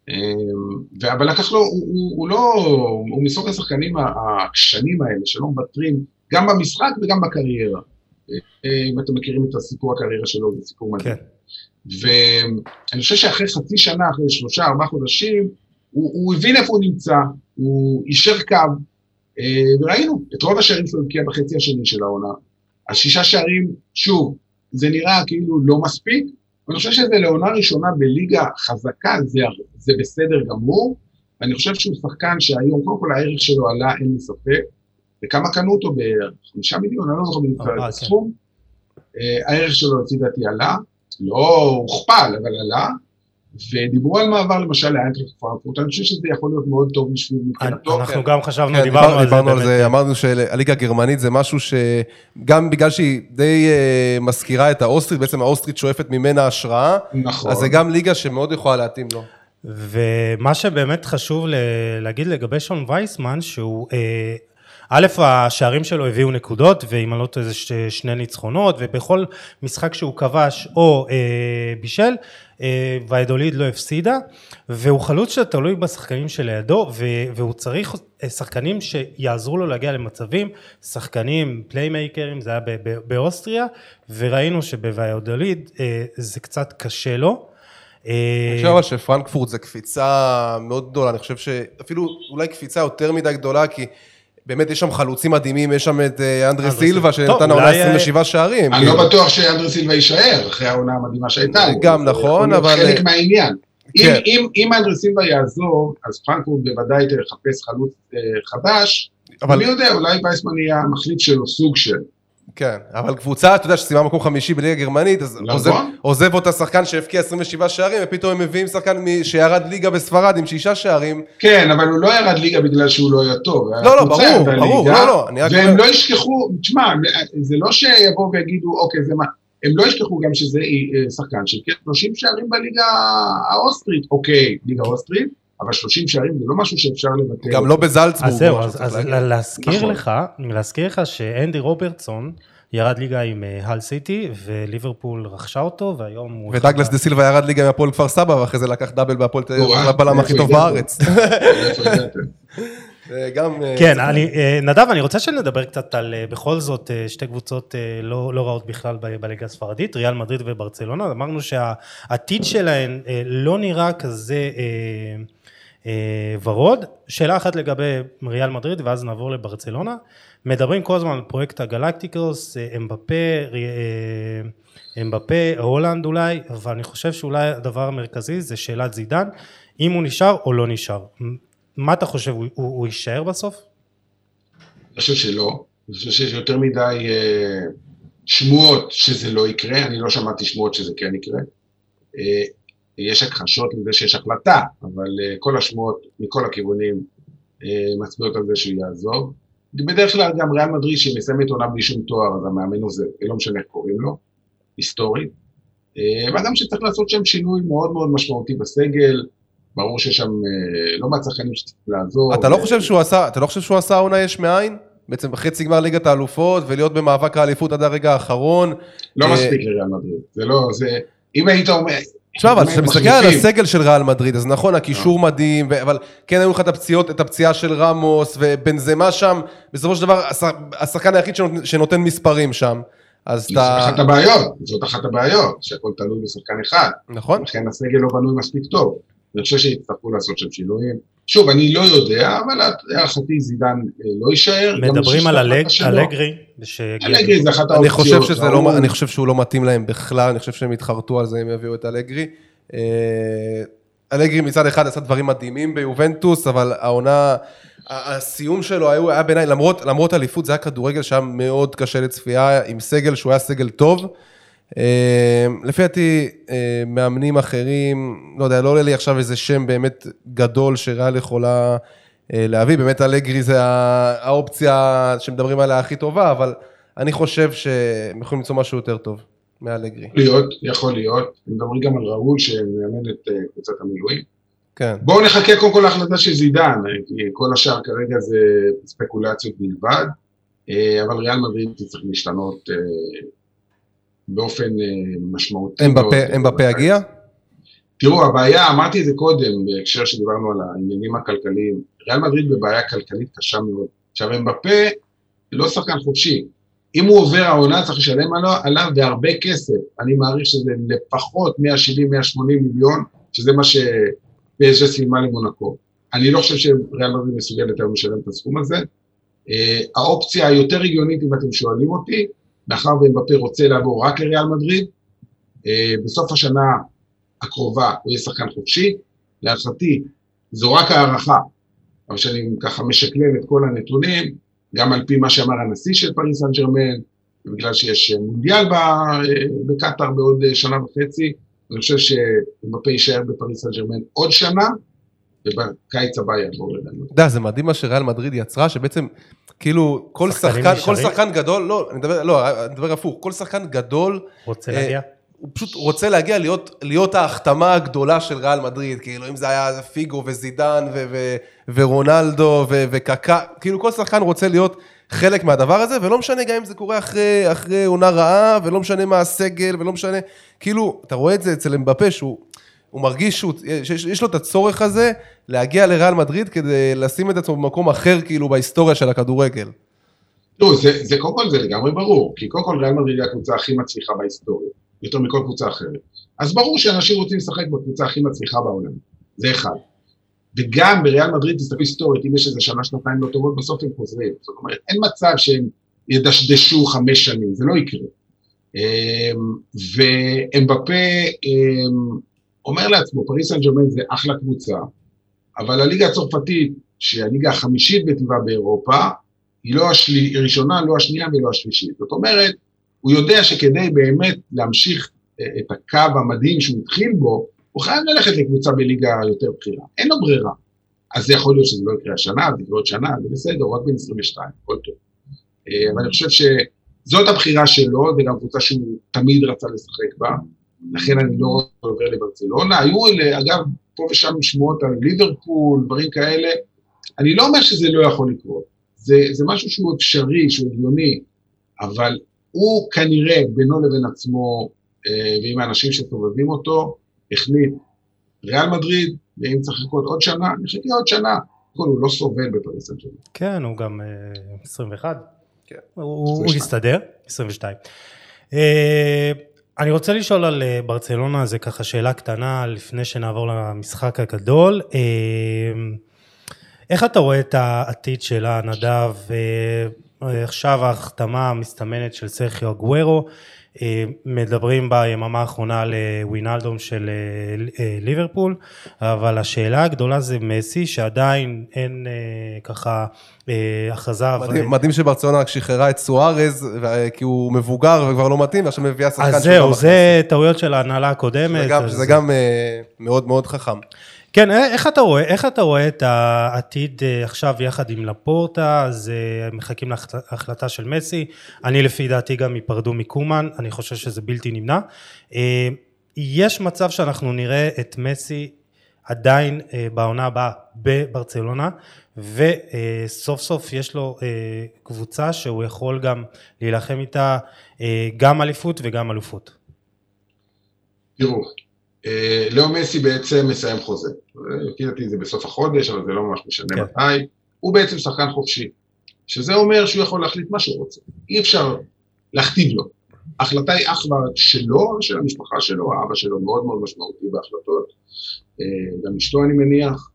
אבל לקח לו, הוא מסוג השחקנים הקשנים האלה, שלא מבטרים, גם במשחק וגם בקריירה, אם אתם מכירים את הסיפור הקריירה שלו, זה סיפור מדהים. ואני חושב שאחרי חצי שנה, אחרי 3-4 חודשים, הוא הבין איפה הוא נמצא, הוא אישר קו, וראינו את רוב השערים שלו הבקיע בחצי השני של העונה. אז 6 שערים, שוב, זה נראה כאילו לא מספיק, ואני חושב שזה לעונה ראשונה בליגה חזקה, זה בסדר גמור, ואני חושב שהוא שחקן שהיום, קודם כל הערך שלו עלה, אין לי ספק, וכמה קנו אותו ב5 מיליון, אני לא זוכר בדיוק את הסכום, הערך שלו לפי דעתי עלה, לא הוכפל, אבל עלה, ודיברו על מעבר למשל לאיינטראכט פרנקפורט, אני חושב שזה יכול להיות מאוד טוב בשביל מבחינתו. אנחנו גם חשבנו, דיברנו על זה. אמרנו שהליגה הגרמנית זה משהו שגם בגלל שהיא די מזכירה את האוסטרית, בעצם האוסטרית שואפת ממנה השראה, אז זה גם ליגה שמאוד יכולה להתאים לו. ומה שבאמת חשוב להגיד לגבי שון וייסמן, שהוא... א', השערים שלו הביאו נקודות, ואם אני לא טועה, זה 2 ניצחונות, ובכל משחק שהוא כבש או בישל, ויידוליד לא הפסידה, והוא חלוץ שתלוי בשחקנים שלידו, והוא צריך שחקנים שיעזרו לו להגיע למצבים, שחקנים, פליימייקרים, זה היה באוסטריה, וראינו שבויידוליד זה קצת קשה לו. אני חושב אבל שפרנקפורט זה קפיצה מאוד גדולה, אני חושב שאפילו אולי קפיצה יותר מדי גדולה, כי באמת יש שם חלוצים מדהימים, יש שם את אנדרי סילבה שנתן העונה 27 שערים. אני לא בטוח שאנדרי סילבה יישאר אחרי העונה המדהימה שהייתה. גם נכון, אבל... חלק מהעניין. אם אנדרי סילבה יעזור, אז פרנקפורט בוודאי תחפש חלוץ חדש, אני יודע, אולי וייסמן יהיה המחליף שלו סוג של. כן, אבל קבוצה, אתה יודע, שסיימה מקום 5 בליגה הגרמנית, אז עוזב אותה שחקן שהפקיע 27 שערים, ופתאום הם מביאים שחקן שירד ליגה בספרד עם 6 שערים. כן, אבל הוא לא ירד ליגה בגלל שהוא לא היה טוב. לא, ברור, לא. והם לא ישכחו, תשמע, זה לא שיבואו ויגידו, אוקיי, זה מה, הם לא ישכחו גם שזה שחקן של 30 שערים בליגה האוסטרית, אוקיי, ליגה האוסטרית, אבל 30 שערים זה לא משהו שאפשר לבטל. גם לא בזלצבורג. אז זהו, אז להזכיר לך שאנדי רוברטסון ירד ליגה עם הל סיטי, וליברפול רכשה אותו, והיום הוא... ודאגלס דה סילבה ירד ליגה עם הפועל כפר סבא, ואחרי זה לקח דאבל בהפועל תל אביב, הבלם הכי טוב בארץ. כן, נדב, אני רוצה שנדבר קצת על, בכל זאת, שתי קבוצות לא רעות בכלל בליגה הספרדית, ריאל מדריד וברצלונה, אמרנו שהעתיד שלהן לא נראה כזה ורוד. שאלה אחת לגבי ריאל מדריד, ואז נעבור לברצלונה. מדברים כל הזמן על פרויקט הגלקטיקוס, אמבפה, הולנד אולי, אבל אני חושב שאולי הדבר המרכזי זה שאלת זידן, אם הוא נשאר או לא נשאר. מה אתה חושב, הוא יישאר בסוף? אני חושב שלא. אני חושב שיש יותר מדי שמועות שזה לא יקרה, אני לא שמעתי שמועות שזה כן יקרה. יש הכחשות לזה שיש החלטה, אבל כל השמועות מכל הכיוונים מצביעות על זה שהוא יעזוב. בדרך כלל גם ריאל מדריד שמסיימת עונה בלי שום תואר, אז המאמן עוזב, לא משנה איך קוראים לו, היסטורית. ואדם שצריך לעשות שם שינוי מאוד מאוד משמעותי בסגל, ברור ששם לא מהצרכנים שצריך לעזור. אתה לא חושב שהוא עשה עונה יש מאין? בעצם חצי גמר ליגת האלופות, ולהיות במאבק האליפות עד הרגע האחרון. לא מספיק לריאל מדריד, זה לא, זה, אם היית אומר... תשמע, אבל כשאתה מסתכל על הסגל של ריאל מדריד, אז נכון, הקישור מדהים, אבל כן היו לך את הפציעה של רמוס, ובנזמה שם, בסופו של דבר, השחקן היחיד שנותן מספרים שם. זאת אחת הבעיות, שהכל תלוי בשחקן אחד. נכון. לכן הסגל לא בנוי מספיק טוב. אני חושב שיצטרכו לעשות שם שינויים. שוב, אני לא יודע, אבל הערכתי זידן לא יישאר. מדברים על אלגרי. אלגרי זה אחת האופציות. אני חושב שהוא לא מתאים להם בכלל, אני חושב שהם התחרטו על זה, הם יביאו את אלגרי. אלגרי מצד אחד עשה דברים מדהימים ביובנטוס, אבל העונה, הסיום שלו היה בעיניי, למרות אליפות, זה היה כדורגל שהיה מאוד קשה לצפייה, עם סגל שהוא היה סגל טוב. לפי דעתי, מאמנים אחרים, לא יודע, לא עולה לי עכשיו איזה שם באמת גדול שריאל יכולה להביא, באמת אלגרי זה האופציה שמדברים עליה הכי טובה, אבל אני חושב שהם יכולים למצוא משהו יותר טוב מאלגרי. יכול להיות, מדברים גם על ראול שמאמן את קבוצת המילואים. כן. בואו נחכה קודם כל להחלטה של זידן, כי כל השאר כרגע זה ספקולציות בלבד, אבל ריאל מדריד צריך להשתנות באופן משמעותי. אמבפה הגיע? תראו, הבעיה, אמרתי את זה קודם, בהקשר שדיברנו על העניינים הכלכליים, ריאל מדריד בבעיה כלכלית קשה מאוד. עכשיו, אמבפה לא שחקן חופשי. אם הוא עובר העונה, צריך לשלם עליו בהרבה כסף. אני מעריך שזה לפחות 170-180 מיליון, שזה מה שפסג' סיימה למונקו. אני לא חושב שריאל מדריד מסוגלת היום לשלם את הסכום הזה. האופציה היותר הגיונית, אם אתם שואלים אותי, מאחר ואמבפה רוצה לעבור רק לריאל מדריד, בסוף השנה הקרובה הוא יהיה שחקן חופשי, להערכתי זו רק הערכה, אבל שאני ככה משקלל את כל הנתונים, גם על פי מה שאמר הנשיא של פריס סן ז'רמן, בגלל שיש מונדיאל בקטר בעוד שנה וחצי, אני חושב שאמבפה יישאר בפריס סן ז'רמן עוד שנה, ובקיץ הבא יעבור לריאל. זה מדהים מה שריאל מדריד יצרה, שבעצם כאילו כל שחקן גדול, אני מדבר הפוך, כל שחקן גדול הוא פשוט רוצה להגיע להיות ההחתמה הגדולה של ריאל מדריד, כאילו אם זה היה פיגו וזידן ורונלדו וקקה, כאילו כל שחקן רוצה להיות חלק מהדבר הזה, ולא משנה גם אם זה קורה אחרי עונה רעה, ולא משנה מה הסגל, ולא משנה, כאילו, אתה רואה את זה אצל אמבפה, שהוא מרגיש שיש לו את הצורך הזה, להגיע לריאל מדריד, כדי לשים את עצמו במקום אחר, כאילו, בהיסטוריה של הכדורגל. לא, זה קודם כל זה לגמרי ברור, כי קודם כל ריאל מדריד היא הקבוצה הכי מצליחה בהיסטוריה, יותר מכל קבוצה אחרת. אז ברור שאנשים רוצים לשחק בקבוצה הכי מצליחה בעולם, זה אחד. וגם בריאל מדריד, תסתכל היסטורית, אם יש איזה שנה, שנתיים לא טובות, בסוף הם חוזרים. זאת אומרת, אין מצב שהם ידשדשו 5 שנים, זה לא יקרה. ואמבפה אומר לעצמו, פריס סן ז'רמן זה אחלה קבוצה, אבל הליגה הצרפתית, שהיא הליגה החמישית בטבעה באירופה, היא לא הראשונה, לא השנייה ולא השלישית. זאת אומרת, הוא יודע שכדי באמת להמשיך את הקו המדהים שהוא התחיל בו, הוא חייב ללכת לקבוצה בליגה יותר בחירה. אין לו ברירה. אז זה יכול להיות שזה לא יקרה השנה, זה יקרה עוד שנה, זה בסדר, רק בין 22, הכל טוב. אבל אני חושב שזאת הבחירה שלו, זה גם קבוצה שהוא תמיד רצה לשחק בה, לכן אני לא עובר לברצלונה. היו, אגב, פה ושם שמועות על ליברפול, דברים כאלה. אני לא אומר שזה לא יכול לקרות. זה משהו שהוא אפשרי, שהוא הגיוני, אבל הוא כנראה בינו לבין עצמו, ועם האנשים שסובבים אותו, החליט, ריאל מדריד, ואם צריך לחכות עוד שנה, נחכה עוד שנה. הוא לא סובל בפריס סן ז'רמן. כן, הוא גם 21. כן. הוא יסתדר, 22. אני רוצה לשאול על ברצלונה, זה ככה שאלה קטנה, לפני שנעבור למשחק הגדול. איך אתה רואה את העתיד שלה, נדב? עכשיו ההחתמה המסתמנת של סרחיו אגוארו, מדברים ביממה האחרונה על ווינלדום של ליברפול, אבל השאלה הגדולה זה מסי, שעדיין אין ככה הכרזה. מדהים שברצלונה רק שחררה את סוארז, כי הוא מבוגר וכבר לא מתאים, ועכשיו מביאה שחקן. אז זהו, זה טעויות של ההנהלה הקודמת. זה גם מאוד מאוד חכם. כן, איך אתה רואה את העתיד עכשיו יחד עם לפורטה, אז מחכים להחלטה של מסי, אני לפי דעתי גם ייפרדו מקומן, אני חושב שזה בלתי נמנע. יש מצב שאנחנו נראה את מסי עדיין בעונה הבאה בברצלונה, וסוף סוף יש לו קבוצה שהוא יכול גם להילחם איתה, גם אליפות וגם אלופות. תראו, לאו מסי בעצם מסיים חוזה. לדעתי זה בסוף החודש, אבל זה לא ממש משנה מתי. הוא בעצם שחקן חופשי, שזה אומר שהוא יכול להחליט מה שהוא רוצה. אי אפשר להכתיב לו. ההחלטה היא אך ורק שלו, של המשפחה שלו, האבא שלו מאוד מאוד משמעותי בהחלטות, גם אשתו אני מניח,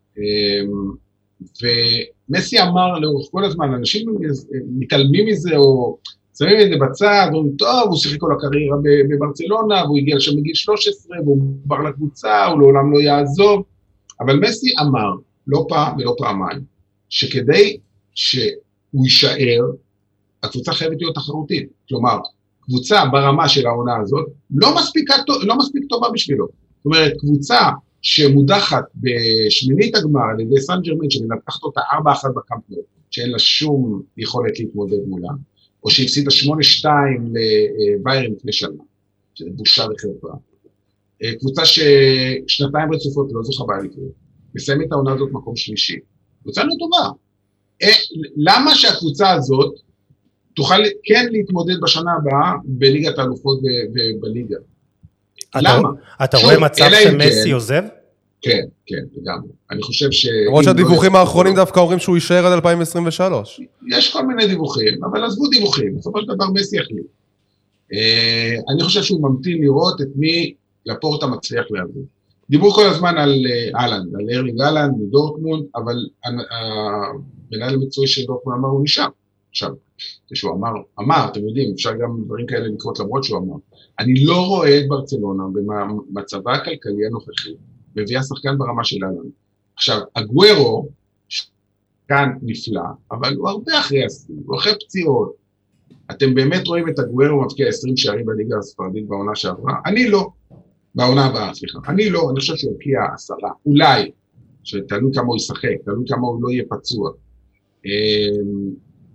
ומסי אמר לאורך כל הזמן, אנשים מתעלמים מזה או שמים את זה בצד, אומרים, טוב, הוא שיחק כל הקריירה בברצלונה, והוא הגיע שם בגיל 13, והוא מובר לקבוצה, הוא לעולם לא יעזוב, אבל מסי אמר, לא פעם ולא פעמיים, שכדי שהוא יישאר, הקבוצה חייבת להיות תחרותית, כלומר, קבוצה ברמה של העונה הזאת, לא מספיק טובה בשבילו, זאת אומרת, קבוצה שמודחת בשמינית הגמר, על ידי סן ז'רמן, שמנתחת אותה 4-1 בקמפ-נו, שאין לה שום יכולת להתמודד מולה, או שהפסידה 8-2 לביירן לפני שנה, שזה בושה וחרפה. קבוצה ששנתיים רצופות לא זוכה באליפות, מסיימת את העונה הזאת מקום שלישי. קבוצה לא טובה. למה שהקבוצה הזאת תוכל כן להתמודד בשנה הבאה בליגת האלופות ובליגה? למה? אתה רואה מצב שמסי עוזב? כן, כן, לגמרי. אני חושב ש... למרות שהדיווחים האחרונים דווקא אומרים שהוא יישאר עד 2023. יש כל מיני דיווחים, אבל עזבו דיווחים, בסופו של דבר מסי יחליט. אני חושב שהוא ממתין לראות את מי לפורטה מצליח להביא. דיברו כל הזמן על אהלנד, על ארלינג אהלנד מדורטמונד, אבל המנהל המקצועי של דורטמונד אמר, הוא נשאר. עכשיו, כשהוא אמר, אתם יודעים, אפשר גם דברים כאלה לקרות למרות שהוא אמר. אני לא רואה את ברצלונה במצבה הכלכלי הנוכחי, מביאה שחקן ברמה של אהלנד. עכשיו, אגוארו, שחקן נפלא, אבל הוא הרבה אחרי הסביב, הוא אחרי פציעות. אתם באמת רואים את אגוארו מבקיע 20 שערים בליגה הספרדית בעונה שעברה? אני לא. בעונה הבאה, סליחה. אני לא, אני חושב שהוא הבקיע 10. אולי, שתלוי כמה הוא ישחק, תלוי כמה הוא לא יהיה פצוע.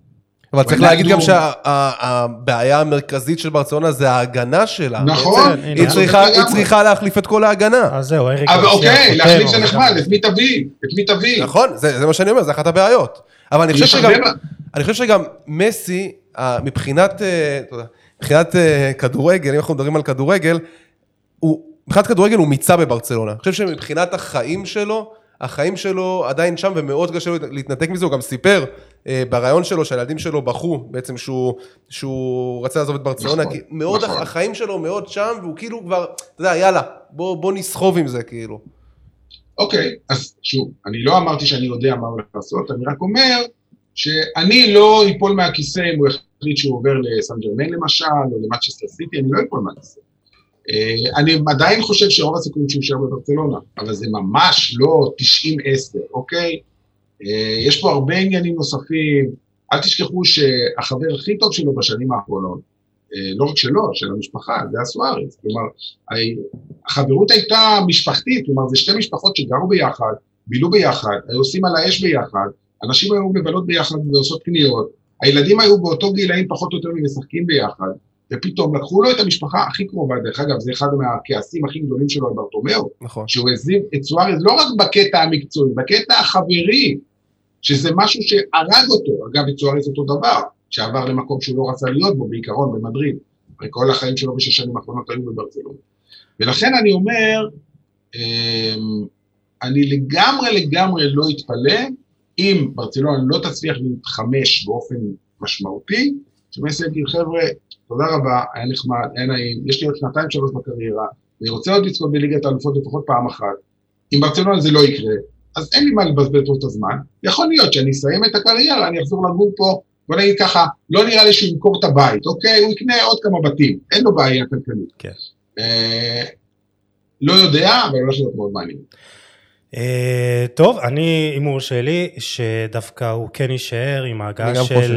אבל צריך להגיד גם שהבעיה המרכזית של ברצלונה זה ההגנה שלה. נכון. היא צריכה להחליף את כל ההגנה. אז זהו, אבל אוקיי, להחליף זה נחמד, את מי תביא? נכון, זה מה שאני אומר, זה אחת הבעיות. אבל אני חושב שגם מסי, מבחינת כדורגל, אם אנחנו מדברים על כדורגל, מבחינת כדורגל הוא מיצה בברצלונה. אני חושב שמבחינת החיים שלו עדיין שם, ומאוד קשה להתנתק מזה, הוא גם סיפר ברעיון שלו, שהילדים שלו בחו, בעצם שהוא רצה לעזוב את ברצלונה, כי מאוד החיים שלו מאוד שם, והוא כאילו כבר, אתה יודע, יאללה, בוא נסחוב עם זה, כאילו. אוקיי, אז שוב, אני לא אמרתי שאני יודע מה הולך לעשות, אני רק אומר שאני לא ייפול מהכיסא אם הוא החליט שהוא עובר לסן ג'רמן למשל, או למנצ'סטר סיטי, אני לא ייפול מהכיסא. אני עדיין חושב שרוב הסיכויים שהוא יישאר בברצלונה, אבל זה ממש לא 90-10, אוקיי? יש פה הרבה עניינים נוספים, אל תשכחו שהחבר הכי טוב שלו בשנים האחרונות, לא רק שלו, של המשפחה, זה הסוארץ, כלומר, החברות הייתה משפחתית, כלומר, זה שתי משפחות שגרו ביחד, בילו ביחד, היו עושים על האש ביחד, אנשים היו מבלות ביחד ועושות קניות, הילדים היו באותו גילאים פחות או יותר משחקים ביחד, ופתאום לקחו לו את המשפחה הכי קרובה, דרך אגב, זה אחד מהכעסים הכי גדולים שלו על ברטומאו, נכון. שהוא הזיב את סוארץ לא רק בקטע המקצועי, בקטע החברי, שזה משהו שהרג אותו, אגב, את סוארץ אותו דבר, שעבר למקום שהוא לא רצה להיות בו, בעיקרון במדריד, וכל החיים שלו בשש שנים האחרונות היו בברצלונה. ולכן אני אומר, אני לגמרי לא אתפלא, אם ברצלונה לא תצליח להתחמש באופן משמעותי, שמסי יגיד, חבר'ה, תודה רבה, היה נחמד, היה נעים, יש לי עוד 2-3 בקריירה, אני רוצה עוד לזכות בליגת האלופות לפחות פעם אחת, אם ברצלונה זה לא יקרה, אז אין לי מה לבזבז פה את הזמן, יכול להיות שאני אסיים את הקריירה, אני אחזור לגור פה, בוא נגיד ככה, לא נראה לי שהוא ימכור את הבית, אוקיי, הוא יקנה עוד כמה בתים, אין לו בעיה כלכלית. כן. לא יודע, אבל הולך להיות מאוד מעניין. טוב, אני אימור שלי, שדווקא הוא כן יישאר עם ההגעה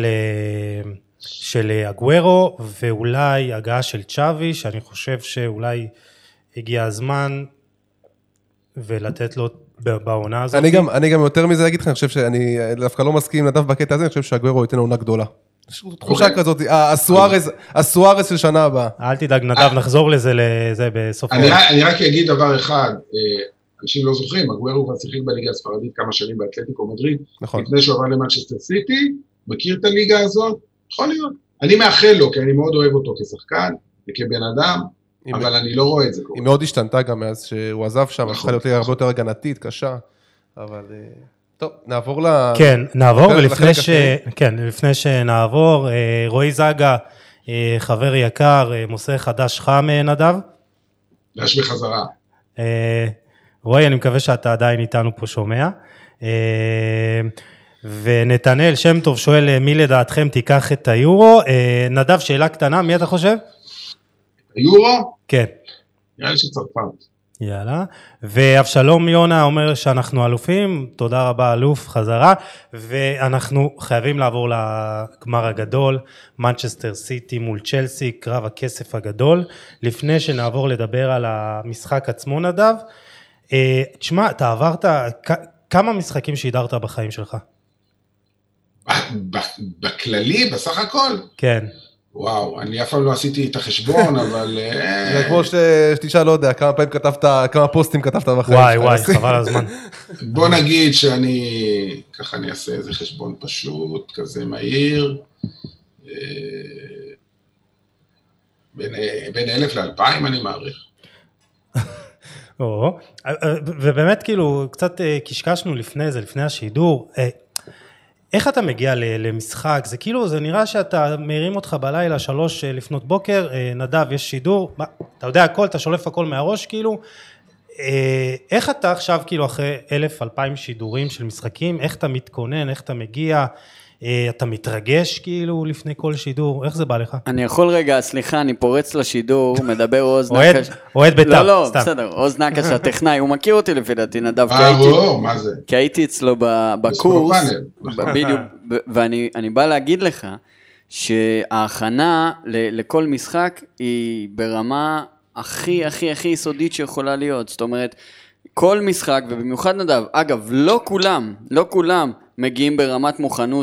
של אגוארו, ואולי הגעה של צ'אבי, שאני חושב שאולי הגיע הזמן, ולתת לו בעונה הזאת. אני גם יותר מזה להגיד לך, אני חושב שאני דווקא לא מסכים נדב בקטע הזה, אני חושב שאגוארו ייתן עונה גדולה. יש תחושה כזאת, הסוארס של שנה הבאה. אל תדאג נדב, נחזור לזה בסוף. אני רק אגיד דבר אחד, אנשים לא זוכרים, אגוארו כבר שיחק בליגה הספרדית כמה שנים באתלטיקו מדריד, לפני שהוא עבר למנצ'סטר סיטי, מכיר את הליגה הזאת, יכול להיות. אני מאחל לו, כי אני מאוד אוהב אותו כשחקן וכבן אדם, אבל אני לא רואה את זה. היא מאוד השתנתה גם מאז שהוא עזב שם, הפכה להיות הרבה יותר הגנתית, קשה, אבל טוב, נעבור כן, נעבור, ולפני שנעבור, רועי זגה, חבר יקר, מוסר חדש חם נדב. יש בחזרה. רועי, אני מקווה שאתה עדיין איתנו פה שומע. ונתנאל שם טוב שואל, מי לדעתכם תיקח את היורו? נדב, שאלה קטנה, מי אתה חושב? היורו? כן. נראה לי שצרפת. יאללה. ואבשלום יונה אומר שאנחנו אלופים, תודה רבה אלוף, חזרה, ואנחנו חייבים לעבור לגמר הגדול, מנצ'סטר סיטי מול צ'לסי, קרב הכסף הגדול, לפני שנעבור לדבר על המשחק עצמו נדב. תשמע, אתה עברת, כמה משחקים שידרת בחיים שלך? בכללי, בסך הכל? כן. וואו, אני אף פעם לא עשיתי את החשבון, אבל... זה כמו שתשאל, לא יודע, כמה פעמים כתבת, כמה פוסטים כתבת בחיים. וואי, חבל הזמן. בוא נגיד שאני, ככה אני אעשה איזה חשבון פשוט, כזה מהיר, בין 1,000 ל-2,000 אני מעריך. ובאמת כאילו, קצת קשקשנו לפני זה, לפני השידור, איך אתה מגיע למשחק? זה כאילו, זה נראה שאתה מרים אותך בלילה 3 לפנות בוקר, נדב, יש שידור, אתה יודע הכל, אתה שולף הכל מהראש, כאילו, איך אתה עכשיו, כאילו, אחרי 1,000-2,000 שידורים של משחקים, איך אתה מתכונן, איך אתה מגיע, אתה מתרגש, כאילו, לפני כל שידור, איך זה בא לך? אני יכול רגע, סליחה, אני פורץ לשידור, מדבר עוז נקש. אוהד בית"ר, לא, בסדר, עוז נקש, הטכנאי, הוא מכיר אותי לפי דעתי, נדב, מה זה? כי הייתי אצלו בקורס, בדיוק, ואני בא להגיד לך, שההכנה לכל משחק היא ברמה הכי יסודית שיכולה להיות, זאת אומרת, כל משחק, ובמיוחד נדב, אגב, לא כולם מגיעים ברמת מוכנות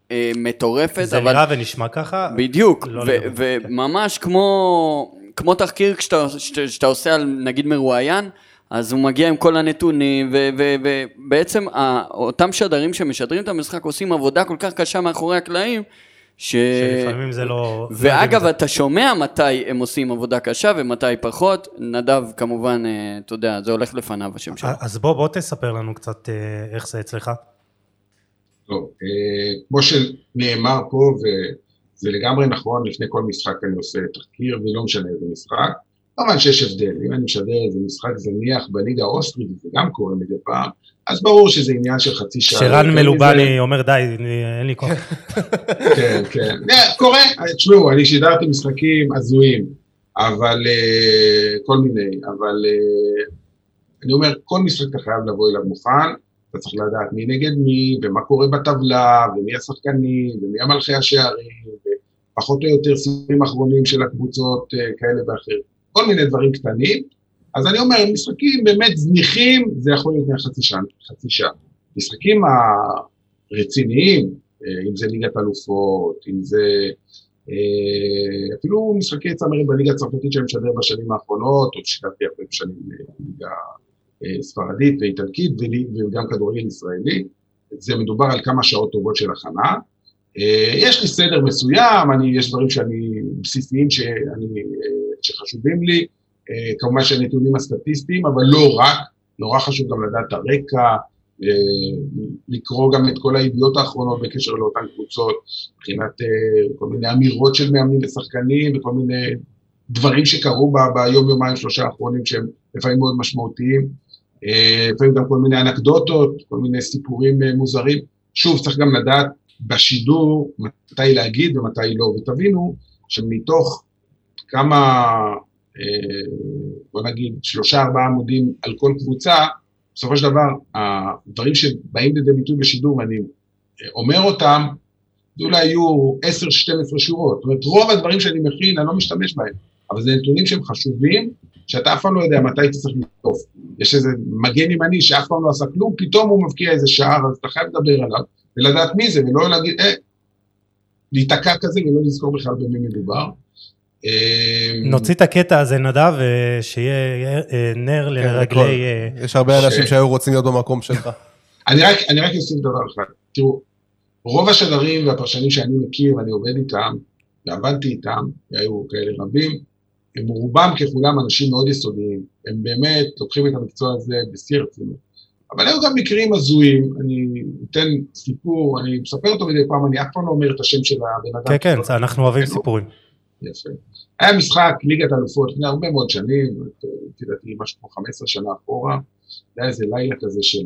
מטורפת. זה נראה ונשמע ככה. בדיוק, וממש כמו תחקיר שאתה עושה על נגיד מרואיין, אז הוא מגיע עם כל הנתונים, ובעצם אותם שדרים שמשדרים את המשחק עושים עבודה כל כך קשה מאחורי הקלעים, שלפעמים זה לא... ואגב, אתה שומע מתי הם עושים עבודה קשה ומתי פחות. נדב, כמובן, אתה יודע, זה הולך לפניו השם שלו. אז בוא תספר לנו קצת איך זה אצלך. טוב, כמו שנאמר פה, וזה לגמרי נכון, לפני כל משחק אני עושה תחקיר, ולא משנה איזה משחק. כמובן שיש הבדל, אם אני משדר איזה משחק זניח בליגה האוסטרית, זה גם קורה מדי פעם, אז ברור שזה עניין של חצי שעה. שרן מלובני אומר די, אין לי כוח. כן, כן, קורה, תשמעו, אני שידרתי משחקים הזויים, אבל כל מיני, אבל אני אומר, כל משחק אתה חייב לבוא אליו מוכן, אתה צריך לדעת מי נגד מי, ומה קורה בטבלה, ומי השחקנים, ומי המלכי השערים, ופחות או יותר סיפורים אחרונים של הקבוצות כאלה ואחרים. כל מיני דברים קטנים, אז אני אומר, משחקים באמת זניחים, זה יכול להיות חצי שעה. משחקים הרציניים, אם זה ליגת אלופות, אם זה אפילו משחקי צמרת בליגה הצרפתית שאני משדר בשנים האחרונות, או ששידרתי הרבה בשנים ליגה ספרדית ואיטלקית, וגם כדורגל ישראלי, זה מדובר על כמה שעות טובות של הכנה. יש לי סדר מסוים, יש דברים בסיסיים שחשובים לי, כמובן שהנתונים הסטטיסטיים, אבל לא רק, נורא חשוב גם לדעת את הרקע, לקרוא גם את כל הידיעות האחרונות בקשר לאותן קבוצות, מבחינת כל מיני אמירות של מאמנים ושחקנים, וכל מיני דברים שקרו ביום, יומיים, 3 האחרונים, שהם לפעמים מאוד משמעותיים, לפעמים גם כל מיני אנקדוטות, כל מיני סיפורים מוזרים. שוב, צריך גם לדעת בשידור מתי להגיד ומתי לא, ותבינו שמתוך כמה, בוא נגיד, 3-4 עמודים על כל קבוצה, בסופו של דבר, הדברים שבאים לידי ביטוי בשידור, ואני אומר אותם, זה אולי יהיו 10-12 שורות. זאת אומרת, רוב הדברים שאני מכין, אני לא משתמש בהם, אבל זה נתונים שהם חשובים, שאתה אף פעם לא יודע מתי אתה צריך לכתוב. יש איזה מגן ימני שאף פעם לא עשה כלום, פתאום הוא מבקיע איזה שער, אז אתה חייב לדבר עליו, ולדעת מי זה, ולא להגיד, להיתקע כזה, ולא לזכור בכלל במי מדובר. נוציא את הקטע הזה נדב, שיהיה נר לרגלי... יש הרבה אנשים שהיו רוצים להיות במקום שלך. אני רק אוסיף דבר אחד. תראו, רוב השדרים והפרשנים שאני מכיר, ואני עובד איתם, ועבדתי איתם, והיו כאלה רבים, הם רובם ככולם אנשים מאוד יסודיים, הם באמת לוקחים את המקצוע הזה בשיא הרצינות. אבל היו גם מקרים הזויים, אני אתן סיפור, אני מספר אותו מדי פעם, אני אף פעם לא אומר את השם של הבן אדם. כן, כן, אנחנו אוהבים סיפורים. יפה. היה משחק, ליגת אלופות, לפני הרבה מאוד שנים, תדעתי משהו כמו 15 שנה אחורה, זה היה איזה לילה כזה של,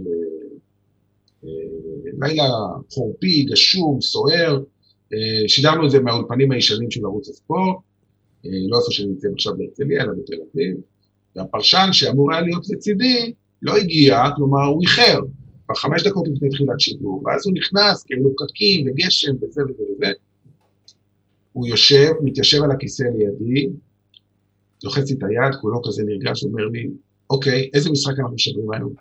לילה חורפי, גשום, סוער, שידרנו את זה מהאולפנים הישנים של ערוץ הספורט, לא איפה שנמצאים עכשיו בהרצליה, אלא בתל אביב, והפרשן שאמור היה להיות לצידי, לא הגיע, כלומר הוא איחר, כבר 5 דקות לפני תחילת שידור, ואז הוא נכנס, כאילו פקקים וגשם וזה וזה וזה, הוא יושב, מתיישב על הכיסא לידי, לוחץ את היד, כולו כזה נרגש, אומר לי, אוקיי, איזה משחק אנחנו משדרים היום?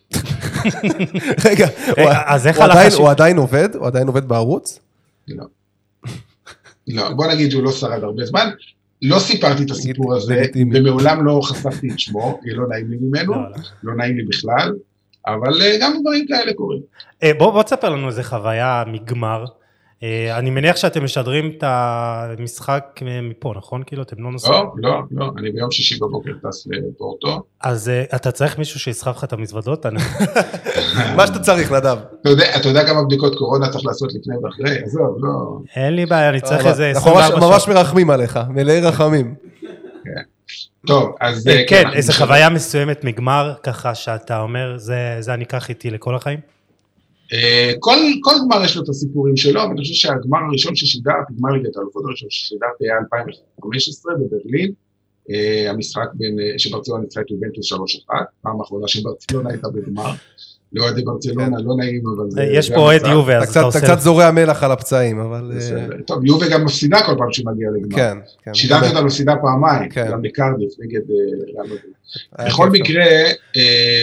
רגע, הוא עדיין עובד? הוא עדיין עובד בערוץ? לא. לא, בוא נגיד שהוא לא שרד הרבה זמן, לא סיפרתי את הסיפור הזה, ומעולם לא חשפתי את שמו, כי לא נעים לי ממנו, לא נעים לי בכלל, אבל גם דברים כאלה קורים. בוא תספר לנו איזה חוויה מגמר, אני מניח שאתם משדרים את המשחק מפה, נכון? כאילו, אתם לא נוסעים? לא, אני ביום שישי בבוקר טס לפורטו. אז אתה צריך מישהו שיסחב לך את המזוודות? מה שאתה צריך, נדב. אתה יודע כמה בדיקות קורונה צריך לעשות לפני ואחרי? עזוב, לא. אין לי בעיה, אני צריך איזה 24 שעות. ממש מרחמים עליך, מלאי רחמים. טוב, אז... כן, איזו חוויה מסוימת מגמר, ככה שאתה אומר, זה אני אקח איתי לכל החיים? כל גמר יש לו את הסיפורים שלו, ואני חושב שהגמר הראשון ששידרתי, גמר ליגת האלופות הראשון ששידרתי היה 2015 בברלין, המשחק שברצלונה ניצחה את יובנטוס 3-1, פעם האחרונה שברצלונה הייתה בגמר, לא אוהדי ברצלונה, לא נעים, אבל זה... יש פה אוהד יובה, אז אתה עושה... אתה קצת זורע מלח על הפצעים, אבל... טוב, יובה גם מפסידה כל פעם שמגיע לגמר. כן. שידרתי אותה מפסידה פעמיים, גם בקרדיף, נגד ריאל מדריד. בכל מקרה...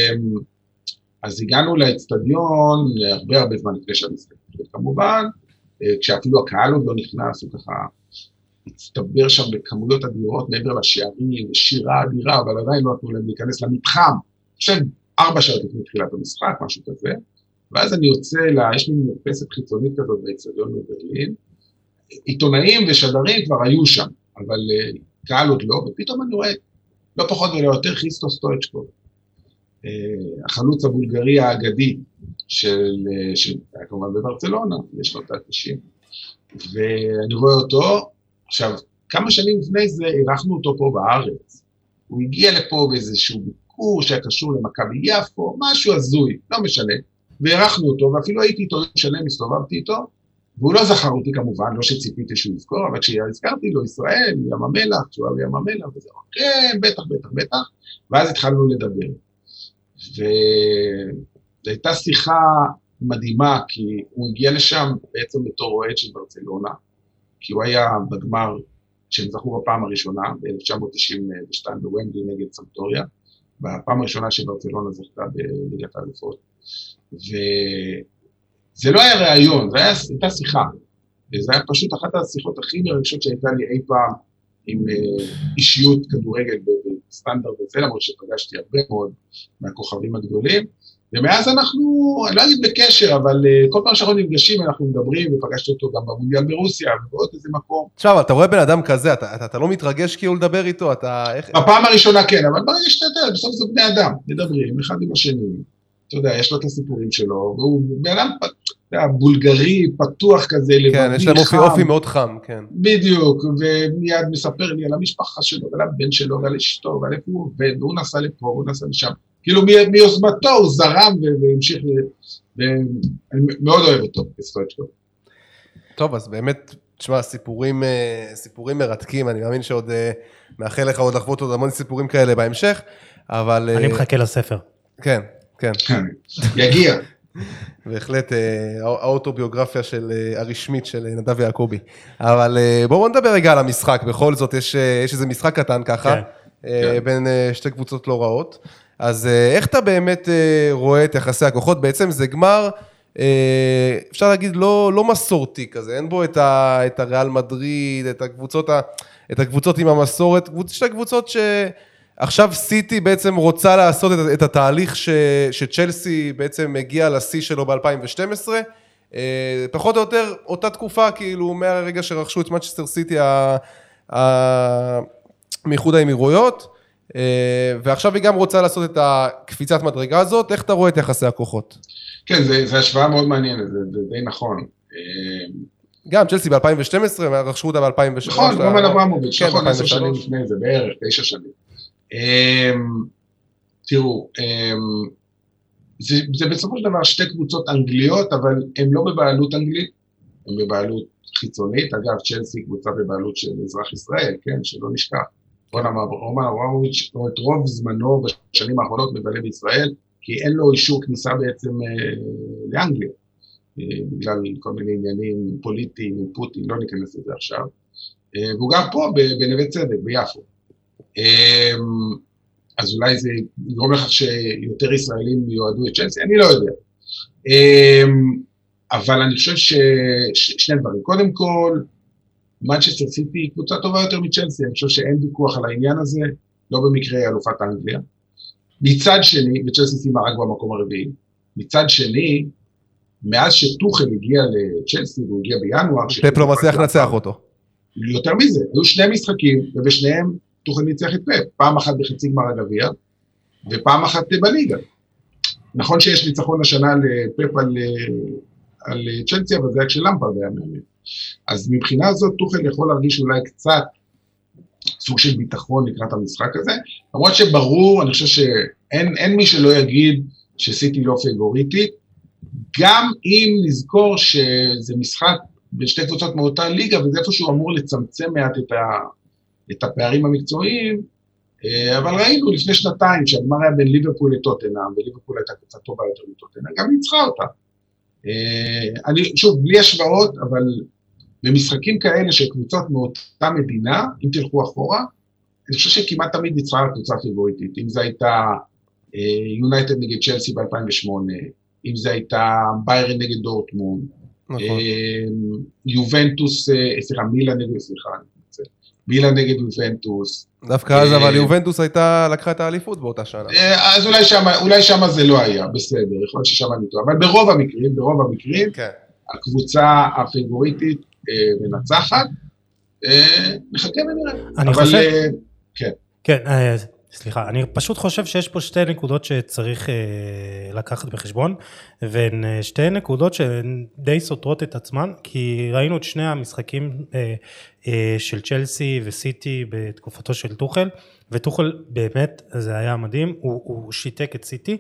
אז הגענו לאצטדיון הרבה זמן לפני שהמשחק, כמובן, כשאפילו הקהל עוד לא נכנס, הוא ככה הצטבר שם בכמויות אדירות מעבר לשערים, שירה אדירה, אבל עדיין לא נתנו להם להיכנס למתחם. עכשיו 4 שעות לפני תחילת המשחק, משהו כזה, ואז אני יוצא יש לי מרפסת חיצונית כזאת באצטדיון בברלין, עיתונאים ושדרים כבר היו שם, אבל קהל עוד לא, ופתאום אני רואה, לא פחות ולא יותר, חיסטו סטויצ'קוב, החלוץ הבולגרי האגדי כמובן בברצלונה, בשנות ה-90, ואני רואה אותו, עכשיו, כמה שנים לפני זה, אירחנו אותו פה בארץ, הוא הגיע לפה באיזשהו ביקור שהיה קשור למכבי יפו, משהו הזוי, לא משנה, ואירחנו אותו, ואפילו הייתי איתו שלם, הסתובבתי איתו, והוא לא זכר אותי כמובן, לא שציפיתי שהוא יזכור, אבל כשהזכרתי לו ישראל, ים המלח, שהוא היה ים המלח, וזה אמר, כן, בטח, ואז התחלנו לדבר. וזו הייתה שיחה מדהימה, כי הוא הגיע לשם בעצם בתור אוהד של ברצלונה, כי הוא היה בגמר שהם זכו בפעם הראשונה, ב-1992 בוומבלי נגד סמפדוריה, בפעם הראשונה שברצלונה זכתה בליגת האלופות. וזה לא היה ראיון, זו הייתה שיחה. וזה היה פשוט אחת השיחות הכי מרגשות שהייתה לי אי פעם עם אישיות כדורגל בסטנדרט וזה, למרות שפגשתי הרבה מאוד מהכוכבים הגדולים. ומאז אנחנו, אני לא אגיד בקשר, אבל כל פעם שאנחנו נפגשים אנחנו מדברים, ופגשתי אותו גם במונדיאל ברוסיה, ובעוד איזה מקום. עכשיו, אתה רואה בן אדם כזה, אתה לא מתרגש כאילו לדבר איתו, בפעם הראשונה כן, אבל ברגע שאתה יודע, בסוף זה בני אדם, מדברים אחד עם השני, אתה יודע, יש לו את הסיפורים שלו, והוא בן אדם בולגרי, פתוח כזה, כן, יש להם אופי מאוד חם, כן. בדיוק, ומיד מספר לי על המשפחה שלו, ועל הבן שלו, ועל אשתו, ועל איפה הוא עובד, והוא נסע לפה, והוא נסע לשם. כאילו מיוזמתו הוא זרם והמשיך, ואני מאוד אוהב אותו, סטויצ'קוב. טוב, אז באמת, תשמע, סיפורים מרתקים, אני מאמין שעוד מאחל לך עוד לחוות עוד המון סיפורים כאלה בהמשך, אבל... אני מחכה לספר. כן. יגיע. בהחלט, האוטוביוגרפיה הרשמית של נדב יעקובי. אבל בואו נדבר רגע על המשחק, בכל זאת יש איזה משחק קטן ככה, בין שתי קבוצות לא רעות. אז איך אתה באמת רואה את יחסי הכוחות? בעצם זה גמר, אפשר להגיד, לא מסורתי כזה, אין בו את הריאל מדריד, את הקבוצות עם המסורת, שתי קבוצות שעכשיו סיטי בעצם רוצה לעשות את התהליך שצ'לסי בעצם הגיע לשיא שלו ב-2012, פחות או יותר אותה תקופה, כאילו מהרגע שרכשו את מנצ'סטר סיטי מאיחוד האמירויות, ועכשיו היא גם רוצה לעשות את הקפיצת מדרגה הזאת. איך אתה רואה את יחסי הכוחות? כן, זה השוואה מאוד מעניינת, זה די נכון. גם צ'לסי ב-2012, רכשו אותה ב-2013. נכון, רומן אברמוביץ', נכון, 10 שנים לפני זה, בערך 9 שנים. תראו, זה בסופו של דבר שתי קבוצות אנגליות, אבל הן לא בבעלות אנגלית, הן בבעלות חיצונית. אגב, צ'לסי קבוצה בבעלות של אזרח ישראל, כן, שלא נשכח. רומן אברמוביץ' את רוב זמנו בשנים האחרונות מבלה בישראל, כי אין לו אישור כניסה בעצם לאנגליה, בגלל כל מיני עניינים פוליטיים, פוטין, לא ניכנס לזה עכשיו, והוא גם פה בנווה צדק, ביפו. אז אולי זה יגרום לכך שיותר ישראלים יועדו את צ'לסי, אני לא יודע. אבל אני חושב ששני דברים, קודם כל, מנצ'סטר סיטי היא קבוצה טובה יותר מצ'לסי, אני חושב שאין ויכוח על העניין הזה, לא במקרה אלופת אנגליה. מצד שני, וצ'לסי סיימה רק במקום הרביעי, מצד שני, מאז שטוחל הגיע לצ'לסי, והוא הגיע בינואר, פפ לא מצליח לנצח אותו. יותר מזה, היו 2 משחקים, ובשניהם טוחל ניצח את פפ, פעם אחת בחצי גמר הגביע, ופעם אחת בליגה. נכון שיש ניצחון השנה לפפ על צ'לסי, אבל זה היה כשלמפרד היה מאמן. אז מבחינה הזאת טוחל יכול להרגיש אולי קצת סוג של ביטחון לקראת המשחק הזה, למרות שברור, אני חושב שאין מי שלא יגיד שסיטי לא פייבוריטית, גם אם נזכור שזה משחק בין שתי קבוצות מאותה ליגה, וזה איפשהו אמור לצמצם מעט את הפערים המקצועיים, אבל ראינו לפני 2 שהגמר היה בין ליברפול לטוטנהאם, וליברפול הייתה קבוצה טובה יותר לטוטנהאם, גם ניצחה אותה. שוב, בלי השוואות, אבל במשחקים כאלה של קבוצות מאותה מדינה, אם תלכו אחורה, אני חושב שכמעט תמיד ניצחה קבוצה פיבוריטית, אם זה הייתה יונייטד נגד צ'לסי ב-2008, אם זה הייתה ביירן נגד דורטמונד, יובנטוס, מילה נגד יובנטוס. דווקא אז, אבל יובנטוס לקחה את האליפות באותה שנה. אז אולי שמה זה לא היה, בסדר, יכול להיות ששמה אני טועה, אבל ברוב המקרים, הקבוצה הפייבוריטית מנצחת, נחכה ונראה. אני חושב... כן, סליחה, אני פשוט חושב שיש פה שתי נקודות שצריך לקחת בחשבון, והן שתי נקודות שהן די סותרות את עצמן, כי ראינו את שני המשחקים של צ'לסי וסיטי בתקופתו של טוחל, וטוחל באמת, זה היה מדהים, הוא שיתק את סיטי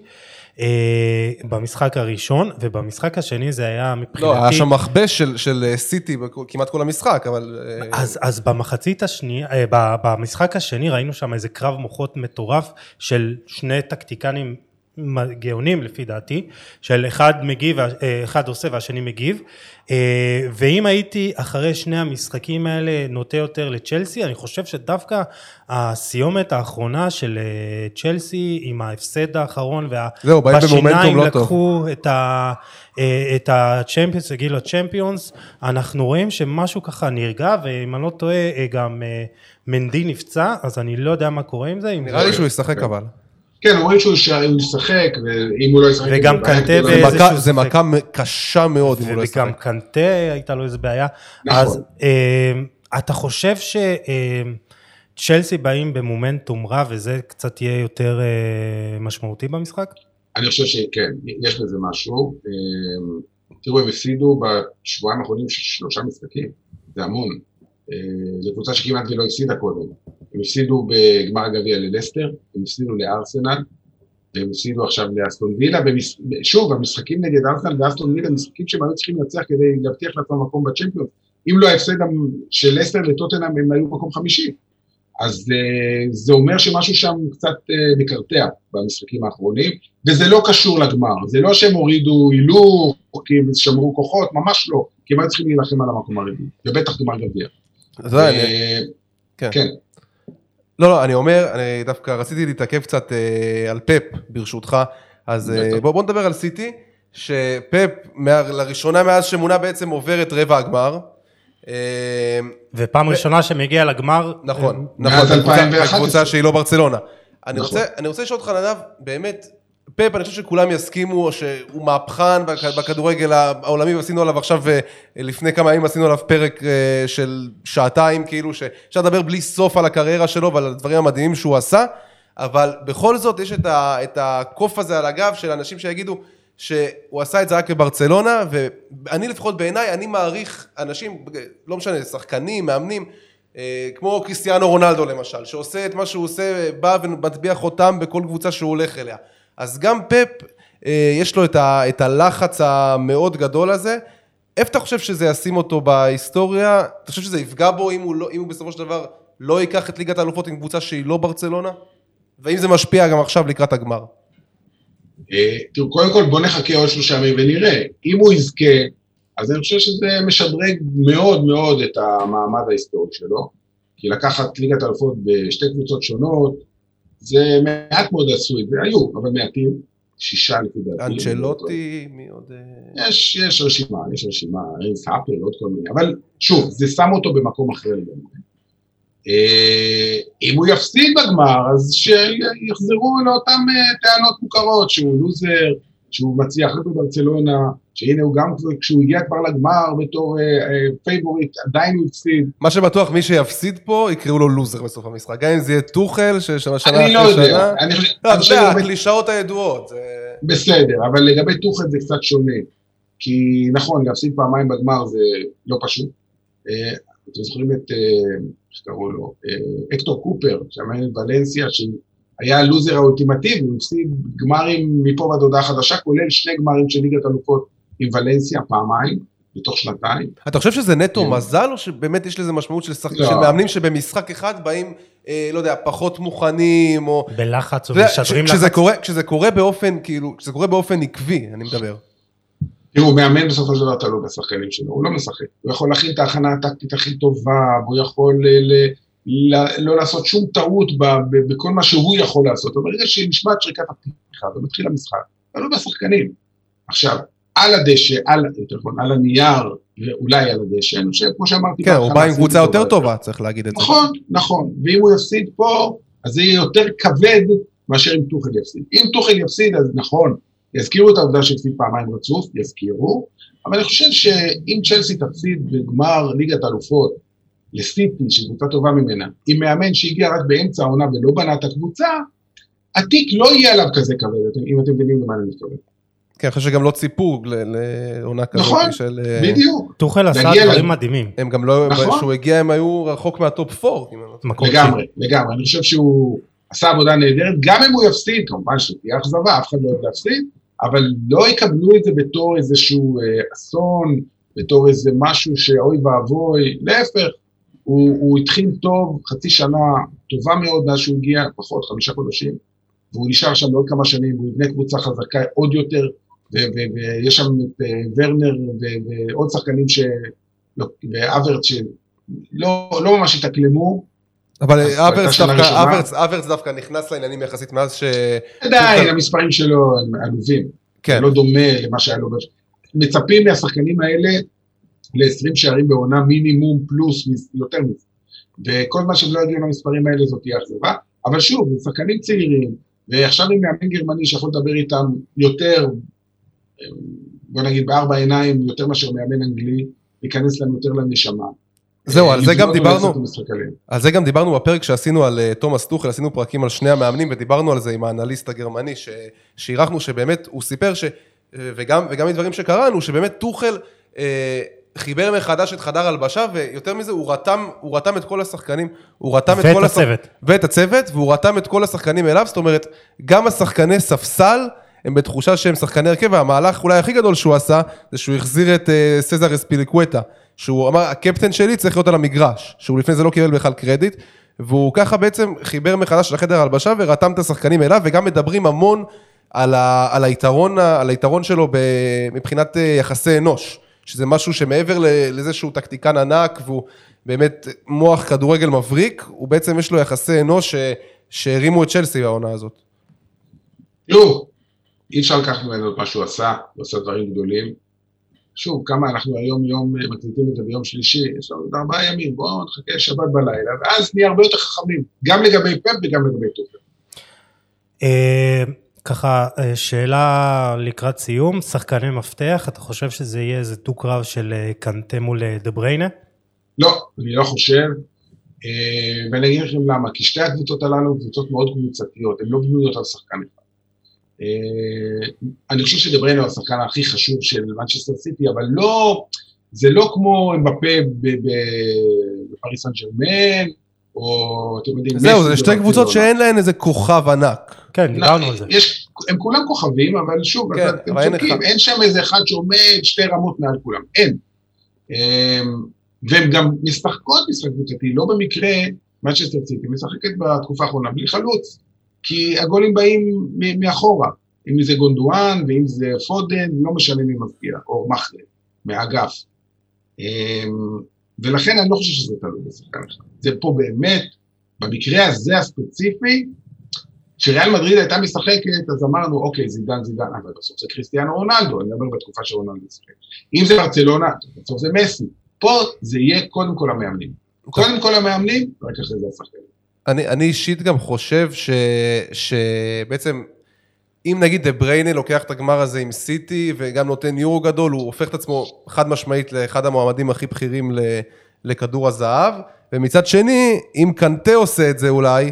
במשחק הראשון, ובמשחק השני זה היה מבחינתי... לא, היה שם מכבש של סיטי כמעט כל המשחק, אבל... אז במחצית השנייה, במשחק השני ראינו שם איזה קרב מוחות מטורף של שני טקטיקנים גאונים לפי דעתי, של אחד עושה והשני מגיב, ואם הייתי אחרי שני המשחקים האלה נוטה יותר לצ'לסי, אני חושב שדווקא הסיומת האחרונה של צ'לסי עם ההפסד האחרון, ובשיניים לקחו את הצ'מפיונס, הגיעו לצ'מפיונס, אנחנו רואים שמשהו ככה נרגע, ואם אני לא טועה גם מנדי נפצע, אז אני לא יודע מה קורה עם זה. נראה לי שהוא ישחק אבל. כן, אומרים שהוא ישחק, ואם הוא לא ישחק... וגם קנטה באיזשהו... זה מכה קשה מאוד אם הוא לא ישחק. וגם קנטה הייתה לו איזו בעיה. אז אתה חושב שצ'לסי באים במומנטום רע, וזה קצת יהיה יותר משמעותי במשחק? אני חושב שכן, יש בזה משהו. תראו, הם הפסידו בשבועיים האחרונים 3 משחקים, זה המון. זו קבוצה שכמעט ולא הפסידה קודם. הם הפסידו בגמר הגביע ללסטר, הם הפסידו לארסנל, והם הפסידו עכשיו לאסטון וילה, שוב, המשחקים נגד ארסנל ואסטון וילה, משחקים שהם היו צריכים לנצח כדי להבטיח לעצמם מקום בצ'מפיונס. אם לא ההפסד של לסטר לטוטנהאם, הם היו מקום 5. אז זה אומר שמשהו שם קצת מקרטע במשחקים האחרונים, וזה לא קשור לגמר, זה לא שהם הורידו הילוך, כי הם שמרו כוחות, ממש לא, כי הם היו צריכים להילחם על המקום הרביעי, ובטח גמר גביע. כן. לא, אני אומר, אני דווקא רציתי להתעכב קצת על פפ, ברשותך, אז בוא נדבר על סיטי, שפפ לראשונה מאז שמונה בעצם עובר את רבע הגמר, ופעם ראשונה שמגיע לגמר, נכון, הקבוצה שהיא לא ברצלונה. אני רוצה לשאול אותך נדב, באמת, פפ, אני חושב שכולם יסכימו שהוא מהפכן בכדורגל העולמי, ועשינו עליו עכשיו, לפני כמה ימים עשינו עליו פרק של שעתיים, כאילו שאפשר לדבר בלי סוף על הקריירה שלו ועל הדברים המדהימים שהוא עשה, אבל בכל זאת יש את הקוף הזה על הגב של אנשים שיגידו שהוא עשה את זה רק בברצלונה, ואני לפחות בעיניי, אני מעריך אנשים, לא משנה, שחקנים, מאמנים, כמו קריסטיאנו רונלדו למשל, שעושה את מה שהוא עושה, בא ומטביע חותם בכל קבוצה שהוא הולך אליה. אז גם פפ, יש לו את הלחץ המאוד גדול הזה. איפה אתה חושב שזה ישים אותו בהיסטוריה? אתה חושב שזה יפגע בו אם הוא בסופו של דבר לא ייקח את ליגת האלופות עם קבוצה שהיא לא ברצלונה? ואם זה משפיע גם עכשיו לקראת הגמר? תראו, קודם כל בוא נחכה עוד 3 ימים ונראה. אם הוא יזכה, אז אני חושב שזה משדרג מאוד מאוד את המעמד ההיסטורי שלו, כי לקחת ליגת האלופות בשתי קבוצות שונות, זה מעט מאוד עשו את זה, היו, אבל מעטים, 6 לפי דעתי. אנצ'לוטי, מי עוד? יש רשימה, אין סאפל, עוד כל מיני, אבל שוב, זה שם אותו במקום אחר לגמרי. אם הוא יפסיד בגמר, אז שיחזרו לאותם טענות מוכרות, שהוא לוזר, שהוא מצליח רק בברצלונה, שהנה הוא גם כשהוא הגיע כבר לגמר בתור פייבוריט, עדיין הוא הפסיד. מה שבטוח, מי שיפסיד פה, יקראו לו לוזר בסוף המשחק. גם אם זה יהיה טוחל, ששנה אני לא יודע. זה הקלישאות הידועות. בסדר, אבל לגבי טוחל זה קצת שונה. כי נכון, להפסיד פעמיים בגמר זה לא פשוט. אתם זוכרים את, איך קראו לו, אקטור קופר, שהמאמן ולנסיה, היה הלוזר האולטימטיבי, הוא הפסיד גמרים מפה ועד הודעה חדשה, כולל 2 גמרים של ליגת אלופות עם ולנסיה פעמיים, בתוך 2 אתה חושב שזה נטו מזל, או שבאמת יש לזה משמעות של מאמנים שבמשחק אחד באים, לא יודע, פחות מוכנים, או... בלחץ ומשדרים לחץ? כשזה קורה באופן, כאילו, כשזה קורה באופן עקבי, אני מדבר. תראו, הוא מאמן בסופו של דבר תלוי בשחקנים שלו, הוא לא משחק, הוא יכול להכין את ההכנה הטקטית הכי טובה, והוא יכול לא לעשות שום טעות בכל מה שהוא יכול לעשות, אבל ברגע שנשמעת שריקת הפתיחה ומתחיל המשחק, תלוי בשחקנים. עכשיו, על הדשא, על הנייר, ואולי על הדשא, אני חושב, כמו שאמרתי, כן, הוא בא עם קבוצה יותר טובה, צריך להגיד את זה. נכון, נכון, ואם הוא יפסיד פה, אז זה יהיה יותר כבד מאשר אם טוחל יפסיד. אם טוחל יפסיד, אז נכון, יזכירו את העובדה שהפסיד פעמיים רצוף, יזכירו, אבל אני חושב שאם צ'לסי תפסיד בגמר ליגת האלופות, לסיטי, שקבוצה טובה ממנה, עם מאמן שהגיע רק באמצע העונה ולא בנה את הקבוצה, התיק לא יהיה עליו כזה כבד, אם אתם מבינים למה אני מתכוון. כן, אני חושב שגם לא ציפו לעונה כזאת נכון, של... בדיוק. טוחל עשה דברים מדהימים. הם גם לא, כשהוא הגיע הם היו רחוק מהטופ 4. לגמרי, לגמרי. אני חושב שהוא עשה עבודה נהדרת, גם אם הוא יפסיד, כמובן שתהיה אכזבה, אף אחד לא יודע להפסיד, אבל לא יקבלו את זה בתור איזשהו אסון, בתור איזה משהו שאוי ואבוי, להפך, הוא התחיל טוב, חצי שנה טובה מאוד מאז שהוא הגיע, פחות 5 חודשים, והוא נשאר שם עוד כמה שנים, והוא יבנה קבוצה חזקה עוד יותר, ויש שם את ורנר ועוד שחקנים ואברץ שלא ממש התאקלמו. אבל אברץ דווקא נכנס לעניינים יחסית מאז ש... עדיין, המספרים שלו הם עלובים. זה לא דומה למה שהיה לו. מצפים מהשחקנים האלה ל-20 שערים בעונה מינימום פלוס יותר מזה. וכל מה שלא יגיעו למספרים האלה זאת תהיה אכזבה. אבל שוב, שחקנים צעירים, ועכשיו עם מאמן גרמני שיכול לדבר איתם יותר, בוא נגיד בארבע עיניים, יותר מאשר מאמן אנגלי, להיכנס להם יותר לנשמה. זהו, על זה גם דיברנו בפרק שעשינו על תומאס טוחל, עשינו פרקים על שני המאמנים, ודיברנו על זה עם האנליסט הגרמני, שהערכנו שבאמת הוא סיפר, וגם מדברים שקראנו, שבאמת טוחל חיבר מחדש את חדר הלבשה, ויותר מזה, הוא רתם את כל השחקנים, ואת הצוות, והוא רתם את כל השחקנים אליו, זאת אומרת, גם השחקני ספסל, הם בתחושה שהם שחקני הרכב, והמהלך אולי הכי גדול שהוא עשה, זה שהוא החזיר את סזר אספיליקווטה, שהוא אמר, הקפטן שלי צריך להיות על המגרש, שהוא לפני זה לא קיבל בכלל קרדיט, והוא ככה בעצם חיבר מחדש לחדר הלבשה, ורתם את השחקנים אליו, וגם מדברים המון על היתרון שלו מבחינת יחסי אנוש, שזה משהו שמעבר לזה שהוא טקטיקן ענק, והוא באמת מוח כדורגל מבריק, הוא בעצם יש לו יחסי אנוש שהרימו את צ'לסי בעונה הזאת. לא, אי אפשר לקחת ממנו את מה שהוא עשה, הוא עשה דברים גדולים. שוב, כמה אנחנו היום מקליטים את זה ביום שלישי, יש לנו 4 ימים, בואו נחכה שבת בלילה, ואז נהיה הרבה יותר חכמים, גם לגבי פפ וגם לגבי טוחל. ככה, שאלה לקראת סיום, שחקני מפתח, אתה חושב שזה יהיה איזה דו-קרב של קנטה מול דה בריינה? לא, אני לא חושב, ואני אגיד לכם למה, כי שתי הקבוצות הללו הן קבוצות מאוד קבוצתיות, הן לא בנויות על שחקן אחד. אני חושב שדה בריינה הוא השחקן הכי חשוב של מנצ'סטר סיטי, אבל לא, זה לא כמו אמבפה בפריס סן ז'רמן, או אתם יודעים... זהו, זה שתי קבוצות שאין להן איזה כוכב ענק. כן, דיברנו על זה. הם כולם כוכבים, אבל שוב, אתם צודקים, אין שם איזה אחד שעומד 2 רמות מעל כולם, אין. והם גם משחקות משחק קבוצתי, לא במקרה מנצ'סטר סיטי, משחקת בתקופה האחרונה בלי חלוץ, כי הגולים באים מאחורה, אם זה גונדואן ואם זה פודן, לא משנה מי מבקיע, או מחר, מהאגף. ולכן אני לא חושב שזה תלוי בשחקן אחד. זה פה באמת, במקרה הזה הספציפי, כשריאל מדריד הייתה משחקת, אז אמרנו, אוקיי, זידן, אבל בסוף זה קריסטיאנו רונלדו, אני מדבר בתקופה שרונלדו משחק. אם זה ברצלונה, בסוף זה מסי. פה זה יהיה קודם כל המאמנים. קודם כל המאמנים, רק אחרי זה השחקנים. אני אישית גם חושב שבעצם, אם נגיד דה בריינה לוקח את הגמר הזה עם סיטי, וגם נותן יורו גדול, הוא הופך את עצמו חד משמעית לאחד המועמדים הכי בכירים לכדור הזהב, ומצד שני, אם קנטה עושה את זה אולי,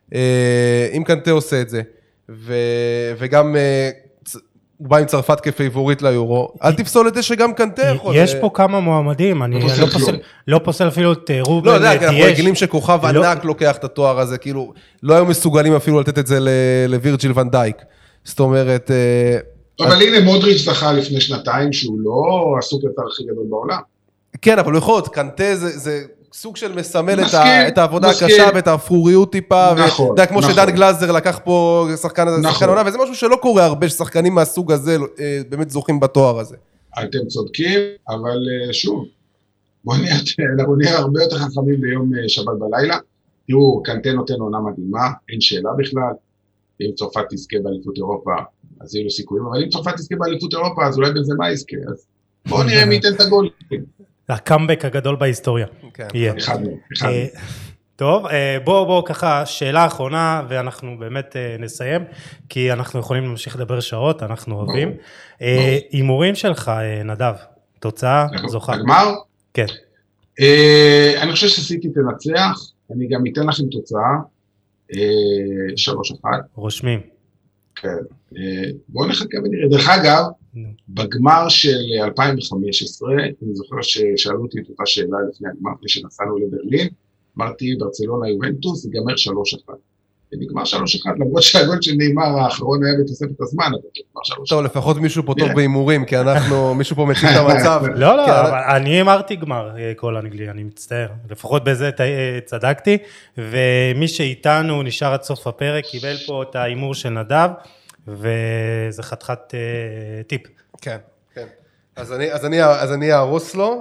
וגם הוא בא עם צרפת כפייבורית ליורו, אל תפסול את זה שגם קנטה יכול. יש פה כמה מועמדים, אני לא פוסל אפילו את רובן. לא יודע, אנחנו רגילים שכוכב ענק לוקח את התואר הזה, כאילו לא היו מסוגלים אפילו לתת את זה לווירג'יל ון דייק. זאת אומרת... אבל הנה מודריץ' זכה לפני 2 שהוא לא הסופרסטאר הכי גדול בעולם. כן, אבל יכול להיות, קנטה זה סוג של מסמל את העבודה הקשה ואת האפרוריות טיפה, ואתה כמו שדן גלאזר לקח פה שחקן עונה, וזה משהו שלא קורה הרבה, ששחקנים מהסוג הזה באמת זוכים בתואר הזה. אתם צודקים, אבל שוב, אנחנו נהיה הרבה יותר חכמים ביום שבת בלילה. תראו, קנטה נותן עונה מדהימה, אין שאלה בכלל, אם צרפת תזכה באליפות אירופה, אז יהיו לו סיכויים, אבל אם צרפת תזכה באליפות אירופה, אז אולי בנזמה יזכה, אז בואו נראה מי ייתן את הגול. הקאמבק הגדול בהיסטוריה. יהיה. אחד. טוב, בואו ככה, שאלה אחרונה, ואנחנו באמת נסיים, כי אנחנו יכולים להמשיך לדבר שעות, אנחנו אוהבים. הימורים שלך, נדב, תוצאה זוכה. הגמר? כן. אני חושב שסיטי תנצח, אני גם אתן לכם תוצאה, 3-1. רושמים. כן. בואו נחכה ונראה. דרך אגב, בגמר של 2015, אני זוכר ששאלו אותי את אותה שאלה לפני הגמר, כשנסענו לברלין, אמרתי, ברצלונה יובנטוס, זה גמר 3-1. נגמר 3-1, למרות שהגול של נאמר האחרון היה בתוספת הזמן, אבל נגמר 3-1. טוב, לפחות מישהו פה טוב בהימורים, כי מישהו פה מציג את המצב. לא, אבל אני אמרתי גמר כל אנגלי, אני מצטער. לפחות בזה צדקתי, ומי שאיתנו נשאר עד סוף הפרק, קיבל פה את האימור של נדב, וזה חתיכת טיפ. כן, כן. אז אני ארוס לו.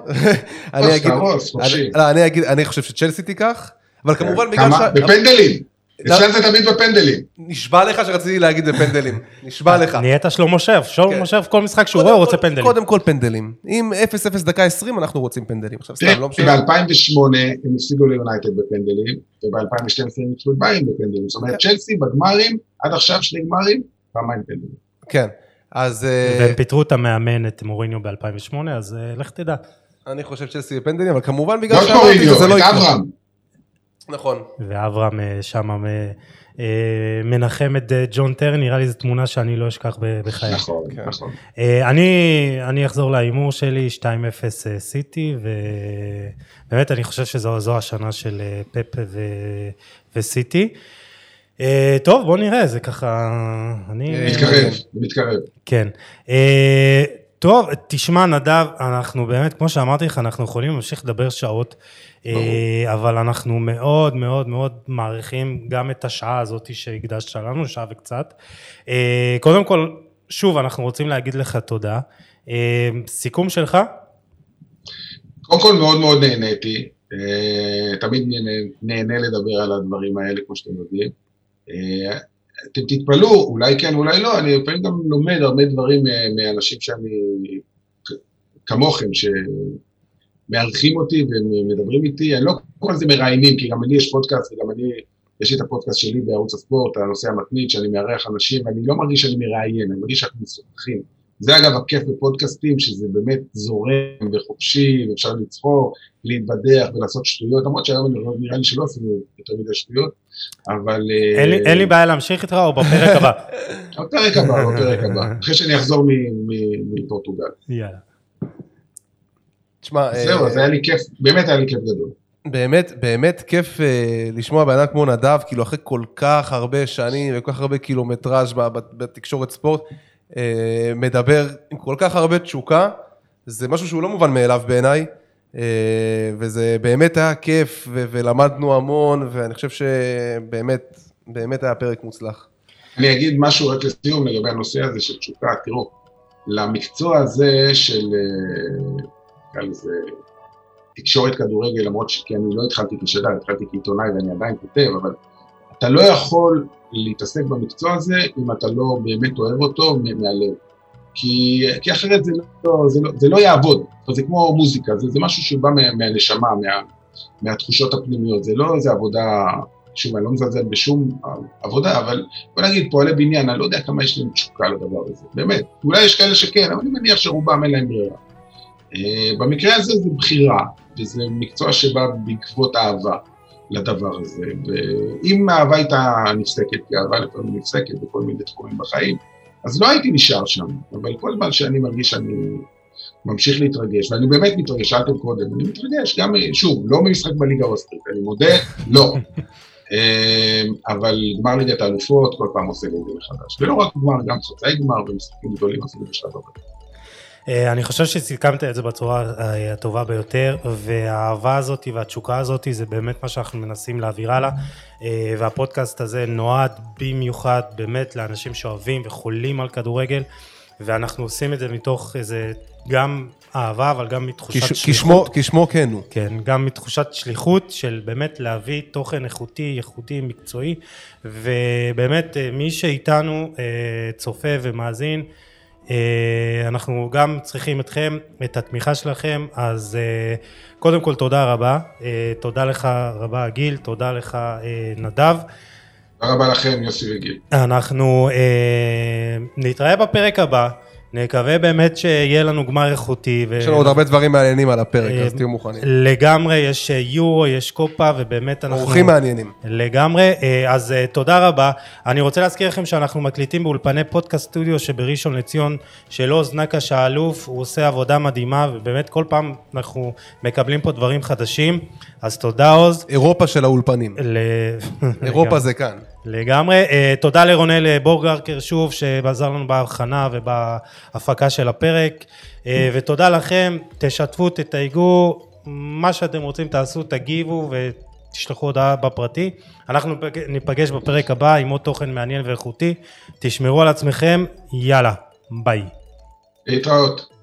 אני חושב שצ'לסי תיקח, אבל כמובן בגלל בפנדלים. אפשר זה תמיד בפנדלים. נשבע לך שרציתי להגיד בפנדלים. נשבע לך. נהיית שלמה שרף. שלמה שרף כל משחק שהוא רואה רוצה פנדלים. קודם כל פנדלים. אם 0-0 דקה 20 אנחנו רוצים פנדלים. ב-2008 הם הפסידו ליונייטד בפנדלים, וב-2012 הם ניצחו את ביירן בפנדלים. זאת אומרת, צ'לסי בגמרים, עד עכשיו שני גמרים, פעמיים פנדלים. כן. אז... והם פיתרו את המאמן, את מוריניו ב-2008, אז לך תדע. אני חושב צ'לסי בפנדלים, אבל כמובן בגלל שאמרתי זה לא יקרה. נכון. ואברהם שם מנחם את ג'ון טרי, נראה לי זו תמונה שאני לא אשכח בחיי. נכון, נכון. אני אחזור לאימור שלי, 2-0 סיטי, ובאמת אני חושב שזו השנה של פפ וסיטי. טוב, בוא נראה, זה ככה... מתקרב. כן. טוב, תשמע נדב, אנחנו באמת, כמו שאמרתי לך, אנחנו יכולים להמשיך לדבר שעות, אבל אנחנו מאוד מאוד מאוד מעריכים גם את השעה הזאת שהקדשת לנו, שעה וקצת. קודם כל, שוב, אנחנו רוצים להגיד לך תודה. סיכום שלך? קודם כל מאוד מאוד נהניתי, תמיד נהנה לדבר על הדברים האלה, כמו שאתם יודעים. אתם תתפלו, אולי כן, אולי לא, אני לפעמים גם לומד הרבה דברים מאנשים שאני, כמוכם, שמארחים אותי ומדברים איתי, אני לא כל זה מראיינים, כי גם אני יש פודקאסט, וגם אני, יש את הפודקאסט שלי בערוץ הספורט, הנושא המתמיד, שאני מארח אנשים, ואני לא מרגיש שאני מראיין, אני מרגיש שאנחנו משוחחים. זה אגב הכיף בפודקאסטים, שזה באמת זורם וחופשי, ואפשר לצחוק, להתבדח ולעשות שטויות, למרות שהיום נראה לי שלא עשינו יותר מדי שטויות, אבל... אין לי בעיה להמשיך איתך או בפרק הבא? בפרק הבא, אחרי שאני אחזור מפורטוגל. יאללה. תשמע... זהו, אז היה לי כיף, באמת היה לי כיף גדול. באמת כיף לשמוע באדם כמו נדב, כאילו אחרי כל כך הרבה שנים, וכל כך הרבה קילומטראז' בתקשורת ספורט, מדבר עם כל כך הרבה תשוקה, זה משהו שהוא לא מובן מאליו בעיניי, וזה באמת היה כיף, ולמדנו המון, ואני חושב שבאמת היה פרק מוצלח. אני אגיד משהו רק לסיום לגבי הנושא הזה של תשוקה, תראו, למקצוע הזה של, כאלה זה, תקשורת כדורגל, למרות כי אני לא התחלתי כשדר, התחלתי כעיתונאי ואני עדיין כותב, אבל אתה לא יכול להתעסק במקצוע הזה אם אתה לא באמת אוהב אותו מהלב. כי אחרת זה לא יעבוד, זה כמו מוזיקה, זה משהו שבא מהנשמה, מהתחושות הפנימיות, זה לא איזה עבודה, שוב, אני לא מזלזל בשום עבודה, אבל בוא נגיד, פועלי בניין, אני לא יודע כמה יש להם תשוקה לדבר הזה, באמת, אולי יש כאלה שכן, אבל אני מניח שרובם אין להם ברירה. במקרה הזה זה בחירה, וזה מקצוע שבא בעקבות אהבה לדבר הזה, ואם האהבה הייתה נפסקת, כי האהבה לפעמים נפסקת בכל מיני תחומים בחיים, אז לא הייתי נשאר שם, אבל כל זמן שאני מרגיש שאני ממשיך להתרגש, ואני באמת מתרגש, שאלתם קודם, אני מתרגש, גם, שוב, לא ממשחק בליגה האוסטרית, אני מודה, לא. אבל גמר ליגת האלופות, כל פעם עושה לי את זה מחדש. ולא רק גמר, גם חצאי גמר ומשחקים גדולים, עשינו בשלב הבא. אני חושב שסיכמת את זה בצורה הטובה ביותר, והאהבה הזאת והתשוקה הזאת זה באמת מה שאנחנו מנסים להעביר הלאה, והפודקאסט הזה נועד במיוחד באמת לאנשים שאוהבים וחולים על כדורגל, ואנחנו עושים את זה מתוך איזה גם אהבה, אבל גם מתחושת שליחות. כשמו כן הוא. כן, גם מתחושת שליחות של באמת להביא תוכן איכותי, ייחודי, מקצועי, ובאמת מי שאיתנו צופה ומאזין, אנחנו גם צריכים אתכם, את התמיכה שלכם, אז קודם כל תודה רבה, תודה לך רבה גיל, תודה לך נדב. תודה רבה לכם יוסי וגיל. אנחנו נתראה בפרק הבא, נקווה באמת שיהיה לנו גמר איכותי. יש לנו עוד הרבה דברים מעניינים על הפרק, אז תהיו מוכנים. לגמרי, יש יורו, יש קופה, ובאמת אנחנו... אורחים מעניינים. לגמרי, אז תודה רבה. אני רוצה להזכיר לכם שאנחנו מקליטים באולפני פודקאסט סטודיו שבראשון לציון, שלו זנקש האלוף, הוא עושה עבודה מדהימה, ובאמת כל פעם אנחנו מקבלים פה דברים חדשים, אז תודה עוז. אירופה של האולפנים. אירופה זה כאן. לגמרי, תודה לרונל בורגרקר שוב שבעזר לנו בהכנה ובהפקה של הפרק, ותודה לכם, תשתפו, תתייגו, מה שאתם רוצים תעשו, תגיבו ותשלחו הודעה בפרטי, אנחנו ניפגש בפרק הבא עם עוד תוכן מעניין ואיכותי, תשמרו על עצמכם, יאללה, ביי. להתראות.